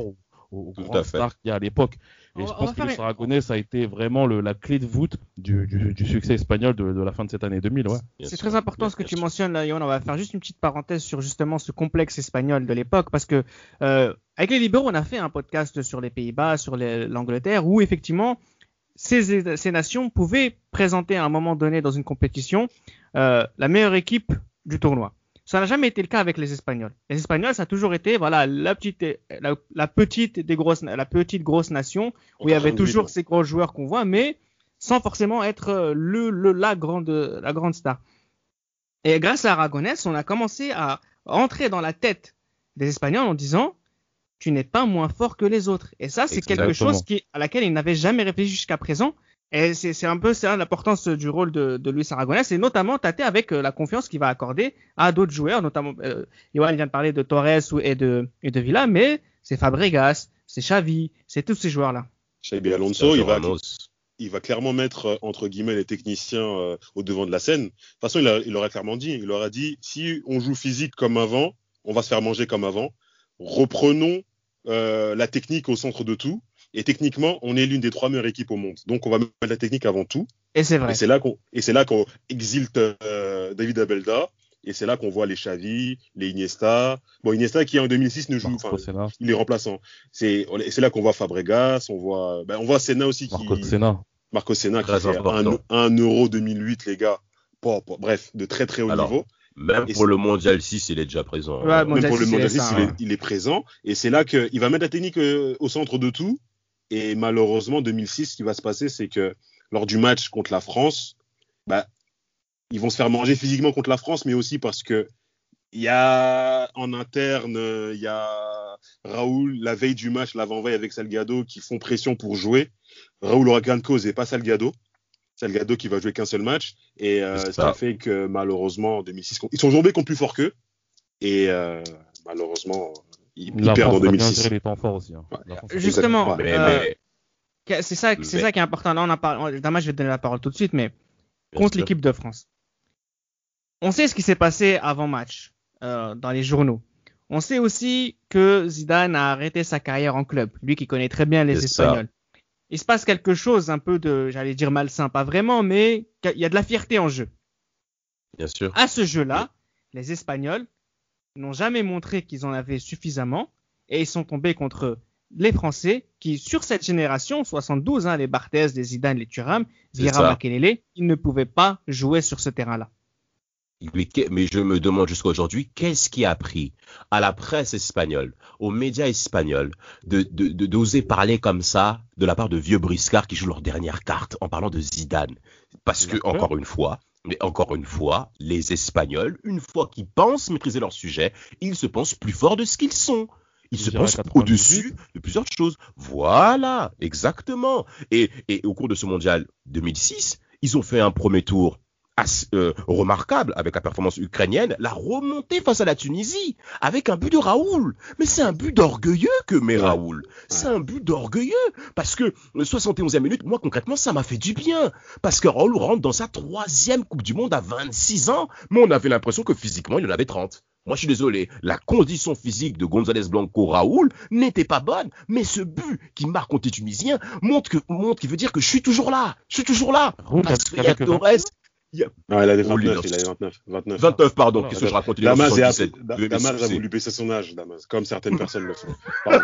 Speaker 4: aux, aux
Speaker 5: Tout à
Speaker 4: grandes
Speaker 5: fait.
Speaker 4: stars qu'il y a à l'époque. Et
Speaker 2: On
Speaker 4: je
Speaker 2: va- on
Speaker 4: pense
Speaker 2: va
Speaker 4: que
Speaker 2: faire
Speaker 4: Luis
Speaker 2: une-
Speaker 4: Aragonés, ça a été vraiment le, la clé de voûte du, du, du succès espagnol de, de la fin de cette année deux mille. Ouais.
Speaker 5: Bien
Speaker 2: C'est
Speaker 5: sûr,
Speaker 2: très important
Speaker 5: bien-
Speaker 2: ce que
Speaker 5: bien
Speaker 2: tu
Speaker 5: sûr.
Speaker 2: mentionnes là, Yoann. On va faire juste une petite parenthèse sur justement ce complexe espagnol de l'époque parce que euh, avec les libéraux, on a fait un podcast sur les Pays-Bas, sur les- l'Angleterre, où effectivement ces, ces nations pouvaient présenter à un moment donné dans une compétition euh, la meilleure équipe du tournoi. Ça n'a jamais été le cas avec les Espagnols. Les Espagnols, ça a toujours été voilà la petite, la, la petite des grosses, la petite grosse nation où il y avait toujours ces gros joueurs qu'on voit, mais sans forcément être le, le la grande la grande star. Et grâce à Aragonès, on a commencé à entrer dans la tête des Espagnols en disant tu n'es pas moins fort que les autres. Et ça, c'est quelque
Speaker 4: Exactement.
Speaker 2: chose qui, à laquelle ils n'avaient jamais réfléchi jusqu'à présent. Et c'est, c'est un peu ça l'importance du rôle de, de Luis Aragonès, et notamment tâter avec euh, la confiance qu'il va accorder à d'autres joueurs, notamment euh, Yoann vient de parler de Torres ou- et de, et de Villa, mais c'est Fabregas, c'est Xavi, c'est tous ces joueurs-là.
Speaker 6: Xabi Alonso, il
Speaker 5: Sergio
Speaker 6: va,
Speaker 5: Ramos.
Speaker 6: il va clairement mettre, euh, entre guillemets, les techniciens euh, au devant de la scène. De toute façon, il, a, il leur a clairement dit, il leur a dit, si on joue physique comme avant, on va se faire manger comme avant. Reprenons euh, la technique au centre de tout. Et techniquement, on est l'une des trois meilleures équipes au monde. Donc, on va mettre la technique avant tout.
Speaker 2: Et c'est vrai.
Speaker 6: Et c'est là qu'on, et c'est là qu'on exilte euh, David Abelda. Et c'est là qu'on voit les Xavi, les Iniesta. Bon, Iniesta qui en deux mille six ne joue,
Speaker 4: Marco
Speaker 6: enfin,
Speaker 4: Senna.
Speaker 6: il est remplaçant. C'est, et c'est là qu'on voit Fabregas, on voit, ben, on voit Senna aussi qui,
Speaker 4: Marco Senna.
Speaker 6: Marco Senna qui
Speaker 5: Très
Speaker 6: fait un,
Speaker 5: important.
Speaker 6: un Euro deux mille huit, les gars. Bon, bon, bref, de très très haut
Speaker 5: Alors,
Speaker 6: niveau.
Speaker 5: Même
Speaker 6: Et
Speaker 5: pour
Speaker 6: c'est-
Speaker 5: le Mondial six, il est déjà présent.
Speaker 2: Ouais,
Speaker 5: Euh,
Speaker 2: bon,
Speaker 6: Même
Speaker 2: Mondial
Speaker 6: pour le
Speaker 2: six, il est
Speaker 6: Mondial six,
Speaker 2: ça,
Speaker 6: il, est,
Speaker 2: ouais.
Speaker 6: il est présent. Et c'est là qu'il va mettre la technique euh, au centre de tout. Et malheureusement, deux mille six, ce qui va se passer, c'est que lors du match contre la France, bah, ils vont se faire manger physiquement contre la France, mais aussi parce que il y a en interne, euh, il y a Raoul, la veille du match, l'avant-veille avec Salgado, qui font pression pour jouer. Raoul aura gain de cause et pas Salgado. Salgado qui va jouer qu'un seul match. Et euh,
Speaker 5: C'est
Speaker 6: ce
Speaker 5: ça.
Speaker 6: qui fait que malheureusement, en deux mille six, ils sont tombés contre plus fort qu'eux. Et euh, malheureusement, ils, ils
Speaker 4: La
Speaker 6: perdent en
Speaker 4: France a bien
Speaker 6: deux mille six.
Speaker 4: géré les temps forts aussi. Hein.
Speaker 6: Ouais.
Speaker 4: La France a-
Speaker 2: Justement,
Speaker 6: Ouais,
Speaker 5: Mais,
Speaker 2: euh,
Speaker 5: mais,
Speaker 2: que- c'est ça, c'est
Speaker 5: Mais-
Speaker 2: ça qui est important. Là, on a parlé. Dama, je vais te donner la parole tout de suite, mais
Speaker 5: bien
Speaker 2: contre
Speaker 5: sûr.
Speaker 2: l'équipe de France. On sait ce qui s'est passé avant match euh, dans les journaux. On sait aussi que Zidane a arrêté sa carrière en club, lui qui connaît très bien les
Speaker 5: C'est ça.
Speaker 2: Espagnols. Il se passe quelque chose un peu de, j'allais dire malsain, pas vraiment, mais il y a de la fierté en jeu.
Speaker 5: Bien sûr.
Speaker 2: À ce jeu-là, les Espagnols n'ont jamais montré qu'ils en avaient suffisamment et ils sont tombés contre les Français qui, sur cette génération, soixante-douze, hein, les Barthez, les Zidane, les Thuram,
Speaker 5: C'est
Speaker 2: Vieira,
Speaker 5: ça.
Speaker 2: Makelele, ils ne pouvaient pas jouer sur ce terrain-là.
Speaker 5: Mais, que- mais je me demande jusqu'à aujourd'hui, qu'est-ce qui a pris à la presse espagnole, aux médias espagnols, de, de, de- d'oser parler comme ça de la part de vieux briscards qui jouent leur dernière carte en parlant de Zidane? Parce que,
Speaker 4: D'accord.
Speaker 5: encore une fois, mais encore une fois, les Espagnols, une fois qu'ils pensent maîtriser leur sujet, ils se pensent plus forts de ce qu'ils sont. Ils
Speaker 4: Je
Speaker 5: se
Speaker 4: dirais
Speaker 5: pensent
Speaker 4: quatre-vingt-dix-huit.
Speaker 5: au-dessus de plusieurs choses. Voilà, exactement. Et, et au cours de ce mondial deux mille six, ils ont fait un premier tour assez, euh, remarquable avec la performance ukrainienne, la remontée face à la Tunisie avec un but de Raoul. Mais c'est un but d'orgueilleux que met
Speaker 6: Ouais.
Speaker 5: Raoul. C'est un but d'orgueilleux parce que le soixante et onzième minute, moi concrètement, ça m'a fait du bien parce que Raoul rentre dans sa troisième Coupe du Monde à vingt-six ans, mais on avait l'impression que physiquement, il en avait trente. Moi, je suis désolé, la condition physique de González Blanco Raoul n'était pas bonne, mais ce but qui marque contre les Tunisiens montre que montre qu'il veut dire que je suis toujours là, je suis toujours là.
Speaker 4: Raoul,
Speaker 5: Parce
Speaker 4: qui
Speaker 5: qu'il y
Speaker 4: avait
Speaker 5: a
Speaker 4: que
Speaker 5: Torres,
Speaker 6: Non, il avait
Speaker 5: Oh, lui,
Speaker 6: vingt-neuf,
Speaker 5: non.
Speaker 6: il avait vingt-neuf. vingt-neuf.
Speaker 5: vingt-neuf, pardon,
Speaker 4: Non,
Speaker 5: qu'est-ce que je raconte, il est en
Speaker 6: Damas, est à-
Speaker 5: soixante-dix-sept.
Speaker 6: Da-
Speaker 5: Veuillez
Speaker 6: Damas a
Speaker 5: m'excuser.
Speaker 6: voulu baisser son âge, Damas, comme certaines personnes le font. Pardon.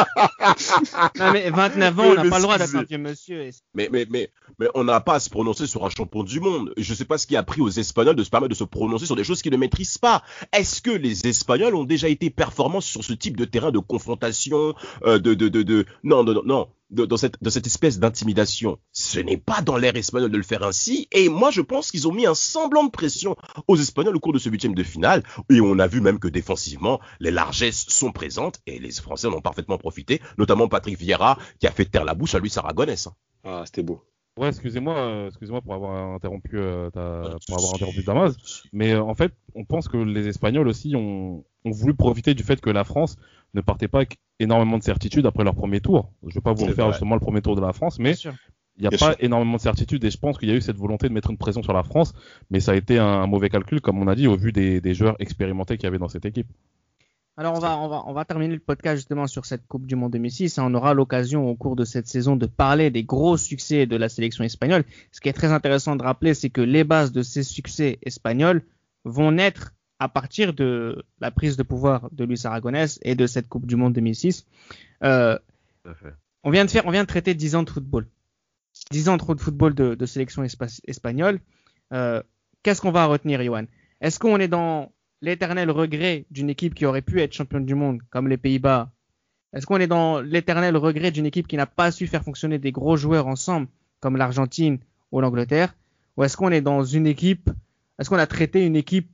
Speaker 2: Non, mais vingt-neuf ans,
Speaker 5: Mais
Speaker 2: on n'a pas le droit d'être
Speaker 5: excusez.
Speaker 2: un vieux monsieur. et-
Speaker 5: Mais, mais, mais, mais on n'a pas à se prononcer sur un champion du monde. Je ne sais pas ce qui a pris aux Espagnols de se permettre de se prononcer sur des choses qu'ils ne maîtrisent pas. Est-ce que les Espagnols ont déjà été performants sur ce type de terrain de confrontation, euh, de, de, de, de, non, non, non, non, de, dans cette, dans cette espèce d'intimidation? Ce n'est pas dans l'air espagnol de le faire ainsi. Et moi, je pense qu'ils ont mis un semblant de pression aux Espagnols au cours de ce huitième de finale. Et on a vu même que défensivement, les largesses sont présentes et les Français en ont parfaitement profité, notamment Patrick Vieira qui a fait taire la bouche à Luis Aragonès.
Speaker 6: Ah, c'était beau.
Speaker 4: Ouais, excusez-moi, euh, excusez-moi pour avoir interrompu, euh, ta- pour avoir interrompu Damas, mais euh, en fait, on pense que les Espagnols aussi ont, ont voulu profiter du fait que la France ne partait pas avec énormément de certitude après leur premier tour. Je ne vais pas vous
Speaker 5: C'est
Speaker 4: refaire
Speaker 5: vrai.
Speaker 4: justement le premier tour de la France, mais
Speaker 2: Bien sûr.
Speaker 4: il n'y a
Speaker 6: Bien
Speaker 4: pas
Speaker 6: sûr.
Speaker 4: énormément de certitude et je pense qu'il y a eu cette volonté de mettre une pression sur la France, mais ça a été un, un mauvais calcul, comme on a dit, au vu des, des joueurs expérimentés qu'il y avait dans cette équipe.
Speaker 2: Alors on va, on va, on va terminer le podcast justement sur cette Coupe du Monde deux mille six. On aura l'occasion au cours de cette saison de parler des gros succès de la sélection espagnole. Ce qui est très intéressant de rappeler, c'est que les bases de ces succès espagnols vont naître à partir de la prise de pouvoir de Luis Aragonés et de cette Coupe du Monde deux mille six. Euh, on vient de faire, on vient de traiter dix ans de football. dix ans de football de, de sélection espa- espagnole. Euh, qu'est-ce qu'on va retenir, Yohan? Est-ce qu'on est dans l'éternel regret d'une équipe qui aurait pu être championne du monde, comme les Pays-Bas? Est-ce qu'on est dans l'éternel regret d'une équipe qui n'a pas su faire fonctionner des gros joueurs ensemble, comme l'Argentine ou l'Angleterre? Ou est-ce qu'on est dans une équipe, est-ce qu'on a traité une équipe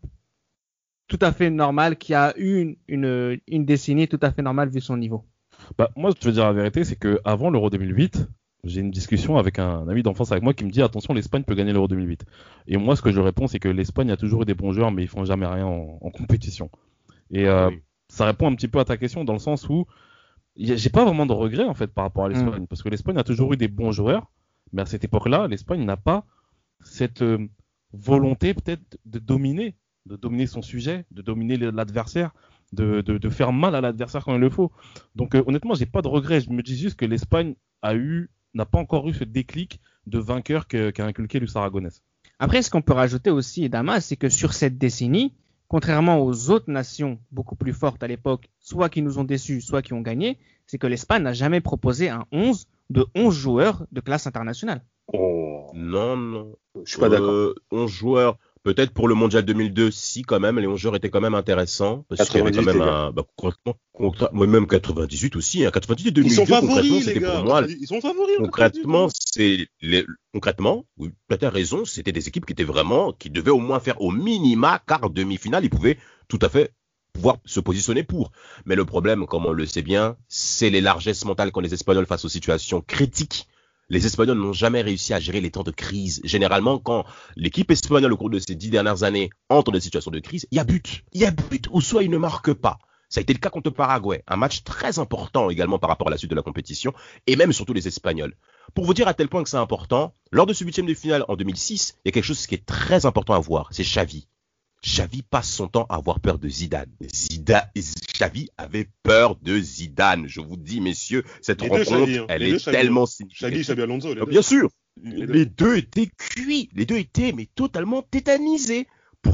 Speaker 2: tout à fait normale, qui a eu une, une, une décennie tout à fait normale vu son niveau?
Speaker 4: Bah, moi, je veux dire la vérité, c'est qu'avant l'Euro deux mille huit, j'ai une discussion avec un ami d'enfance avec moi qui me dit attention, l'Espagne peut gagner l'Euro deux mille huit. Et moi, ce que je réponds, c'est que l'Espagne a toujours eu des bons joueurs, mais ils font jamais rien en, en compétition. Et euh, oui. Ça répond un petit peu à ta question dans le sens où a, j'ai pas vraiment de regrets en fait par rapport à l'Espagne, mmh. parce que l'Espagne a toujours eu des bons joueurs, mais à cette époque-là, l'Espagne n'a pas cette euh, volonté peut-être de dominer, de dominer son sujet, de dominer l'adversaire, de, de, de faire mal à l'adversaire quand il le faut. Donc euh, honnêtement, j'ai pas de regrets. Je me dis juste que l'Espagne a eu n'a pas encore eu ce déclic de vainqueur que, qu'a inculqué Luis Aragonés.
Speaker 2: Après, ce qu'on peut rajouter aussi, Damas, c'est que sur cette décennie, contrairement aux autres nations beaucoup plus fortes à l'époque, soit qui nous ont déçus, soit qui ont gagné, c'est que l'Espagne n'a jamais proposé un onze de onze joueurs de classe internationale.
Speaker 5: Oh, non, non.
Speaker 6: Je suis pas euh, d'accord.
Speaker 5: onze joueurs. Peut-être pour le Mondial deux mille deux, si quand même, les onze joueurs étaient quand même intéressants. Parce qu'il y avait quand même un, bah, concrètement, moi même quatre-vingt-dix-huit aussi, hein, quatre-vingt-dix-huit deux mille deux,
Speaker 6: ils sont favoris, les gars.
Speaker 5: Pour moi,
Speaker 6: ils sont favoris.
Speaker 5: Concrètement, c'est les, concrètement, oui, tu as raison, c'était des équipes qui étaient vraiment, qui devaient au moins faire au minima quart demi-finale, ils pouvaient tout à fait pouvoir se positionner pour. Mais le problème, comme on le sait bien, c'est les largesses mentales qu'ont les Espagnols face aux situations critiques. Les Espagnols n'ont jamais réussi à gérer les temps de crise. Généralement, quand l'équipe espagnole, au cours de ces dix dernières années, entre dans des situations de crise, il y a but. Il y a but, ou soit il ne marque pas. Ça a été le cas contre Paraguay. Un match très important également par rapport à la suite de la compétition, et même surtout les Espagnols. Pour vous dire à tel point que c'est important, lors de ce huitième de finale en deux mille six, il y a quelque chose qui est très important à voir, c'est Xavi. Xavi passe son temps à avoir peur de Zidane. Zidane, Xavi avait peur de Zidane. Je vous dis, messieurs, cette les rencontre, Xavi, hein. elle les est tellement significative.
Speaker 6: Xavi, Xavi Alonso. Les
Speaker 5: Bien sûr, les deux. les deux étaient cuits. Les deux étaient mais totalement tétanisés. Pourquoi ?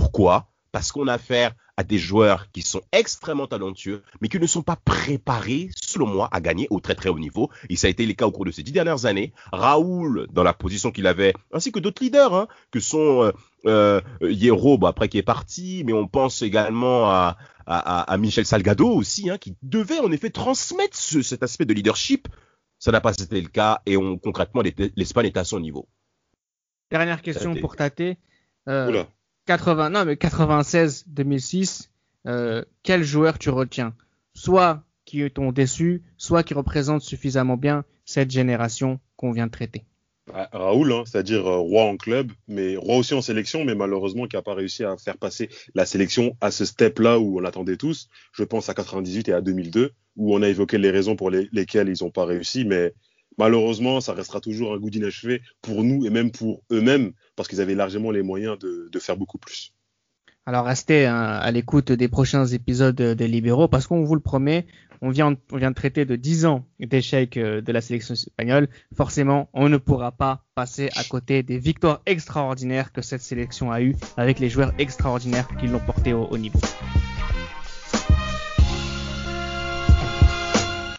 Speaker 5: Parce qu'on a affaire à des joueurs qui sont extrêmement talentueux, mais qui ne sont pas préparés, selon moi, à gagner au très très haut niveau. Et ça a été le cas au cours de ces dix dernières années. Raoul, dans la position qu'il avait, ainsi que d'autres leaders, hein, que sont euh, euh, Hierro, bon, après qui est parti, mais on pense également à, à, à Michel Salgado aussi, hein, qui devait en effet transmettre ce, cet aspect de leadership. Ça n'a pas été le cas, et on, concrètement, l'Espagne est à son niveau.
Speaker 2: Dernière question Tate. pour Tate. Euh, Oula. quatre-vingts, non, mais quatre-vingt-seize deux mille six, euh, quel joueur tu retiens? Soit qui t'ont déçu, soit qui représentent suffisamment bien cette génération qu'on vient de traiter.
Speaker 6: Raoul, hein, c'est-à-dire euh, roi en club, mais roi aussi en sélection, mais malheureusement qui n'a pas réussi à faire passer la sélection à ce step-là où on l'attendait tous. Je pense à quatre-vingt-dix-huit et à deux mille deux, où on a évoqué les raisons pour les, lesquelles ils n'ont pas réussi, mais malheureusement, ça restera toujours un goût d'inachevé pour nous et même pour eux-mêmes, parce qu'ils avaient largement les moyens de, de faire beaucoup plus.
Speaker 2: Alors restez hein, à l'écoute des prochains épisodes des Libéraux, parce qu'on vous le promet, on vient, on vient de traiter de dix ans d'échecs de la sélection espagnole. Forcément, on ne pourra pas passer à côté des victoires extraordinaires que cette sélection a eues avec les joueurs extraordinaires qui l'ont porté au haut niveau.